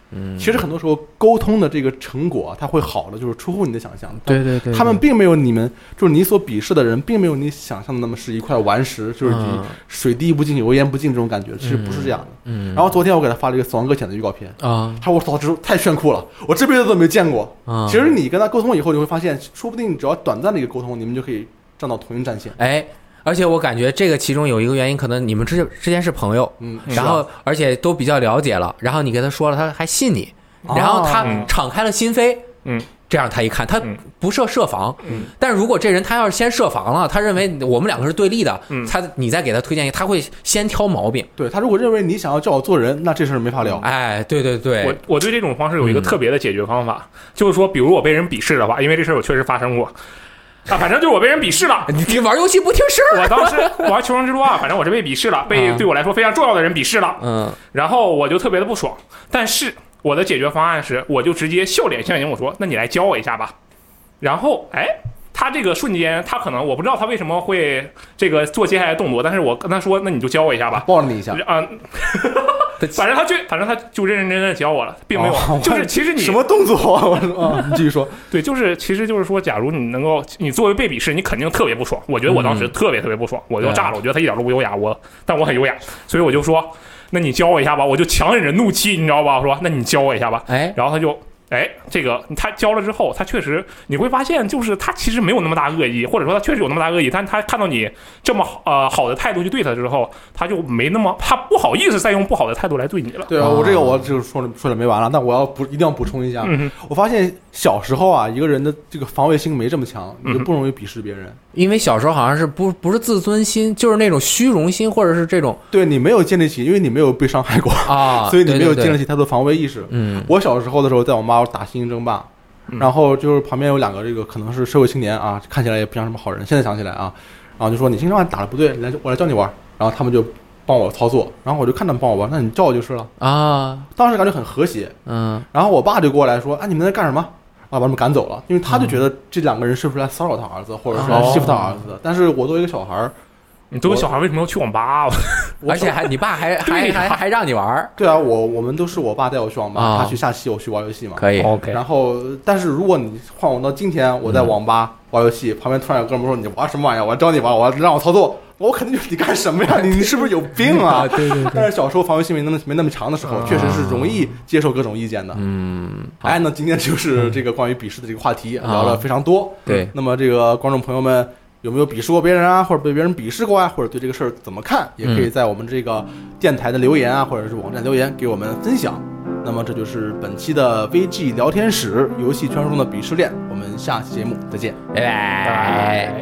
嗯， 其实很多时候沟通的这个成果，它会好的，就是出乎你的想象。 对对 对, 对， 他们并没有你们，就是你所鄙视的人，并没有你想象的那么是一块顽石，就是你水滴不进油盐不进这种感觉，其实不是这样的。 嗯。 然后昨天我给他发了一个《死亡搁浅》的预告片啊， 他说我操，这太炫酷了，我这辈子都没见过。 啊， 其实你跟他沟通以后，你会发现，说不定只要短暂的一个沟通，你们就可以站到同一战线。 哎。而且我感觉这个其中有一个原因，可能你们之之前是朋友， 嗯， 然后而且都比较了解了，然后你跟他说了，他还信你，然后他敞开了心扉， 嗯， 这样他一看，他不设设防， 嗯， 但如果这人他要是先设防了，他认为我们两个是对立的， 嗯， 他你再给他推荐一个，他会先挑毛病， 对他如果认为你想要教我做人，那这事儿没法聊。 哎，对对对， 我我对这种方式有一个特别的解决方法，嗯，就是说，比如我被人鄙视的话，因为这事儿我确实发生过。啊，反正就是我被人鄙视了。 你玩游戏不听事儿。 我当时玩《求生之路二》，反正我是被鄙视了，被对我来说非常重要的人鄙视了。 嗯， 然后我就特别的不爽。但是我的解决方案是，我就直接笑脸相迎，我说：“那你来教我一下吧。”然后，哎，他这个瞬间，他可能我不知道他为什么会这个做接下来的动作，但是我跟他说：“那你就教我一下吧。” 抱了你一下啊。反正他就反正他就认认真真的教我了，并没有， 哦， 就是其实你什么动作啊？我说啊，你继续说。 对，就是其实就是说，假如你能够，你作为被鄙视，你肯定特别不爽。我觉得我当时特别特别不爽，嗯，我就炸了。我觉得他一点都不优雅，我但我很优雅，所以我就说，那你教我一下吧。我就强忍着怒气，你知道吧？我说，那你教我一下吧。 哎， 然后他就。哎，这个他教了之后，他确实你会发现，就是他其实没有那么大恶意，或者说他确实有那么大恶意，但他看到你这么呃好的态度去对他之后，他就没那么他不好意思再用不好的态度来对你了。 对啊，我这个我就说了说了没完了，但我要补一定要补充一下， 嗯， 我发现小时候啊，一个人的这个防卫心没这么强，你就不容易鄙视别人。 因为小时候好像是不不是自尊心，就是那种虚荣心，或者是这种对你没有建立起，因为你没有被伤害过啊， 所以你没有建立起太多防卫意识。 嗯， 我小时候的时候，在我妈打星际争霸。然后就是旁边有两个这个可能是社会青年啊，看起来也不像什么好人。现在想起来啊，然后就说你星际争霸打的不对，来我来教你玩。然后他们就帮我操作，然后我就看他们帮我玩，那你教我就是了啊。 当时感觉很和谐， 嗯。 然后我爸就过来说：“啊，你们在干什么？”啊，把他们赶走了，因为他就觉得这两个人是不是来骚扰他儿子，或者是来欺负他儿子的。 哦， 但是我作为一个小孩， 你作为小孩为什么要去网吧？ 而且还你爸还还还还让你玩？ 对啊，我我们都是我爸带我去网吧， 哦， 他去下棋，我去玩游戏嘛。 可以 ，OK。 然后，但是如果你换我到今天，我在网吧玩游戏，嗯，旁边突然有哥们说你玩什么玩意儿？我要教你玩，我要让我操作，我肯定就是你干什么呀？你你是不是有病啊？ 对对对。 但是小时候防卫心没那么没那么强的时候，嗯，确实是容易接受各种意见的。 嗯。 哎，那今天就是这个关于鄙视的这个话题，嗯，聊了非常多。 对。 那么这个观众朋友们。有没有鄙视过别人啊，或者被别人鄙视过啊，或者对这个事儿怎么看，也可以在我们这个电台的留言啊，或者是网站留言给我们分享。那么这就是本期的 V G 聊天室游戏传说中的鄙视链，我们下期节目再见， 拜拜。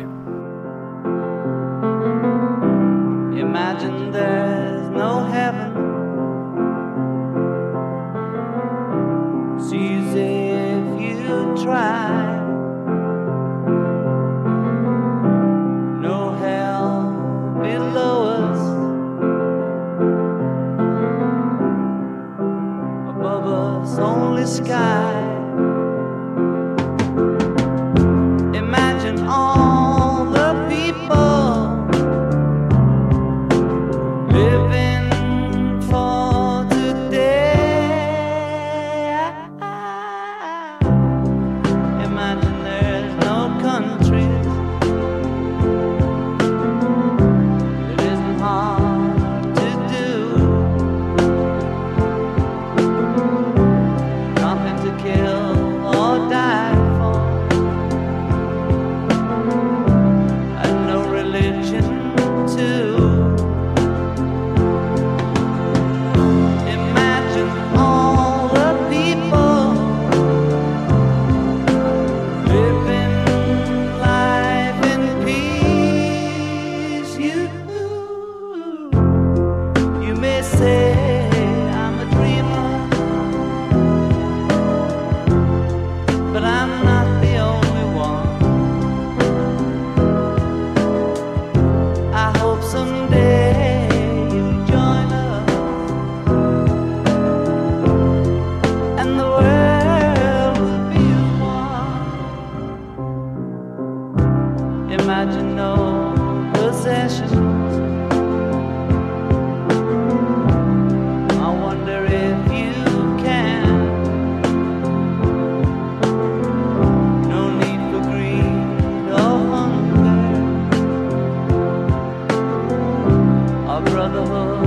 Imagine there's no heaven. It's easy if you try.No hell below us, above us only sky. Imagine all the people living for today. Imagine there's no countries.To do nothing to brotherhood.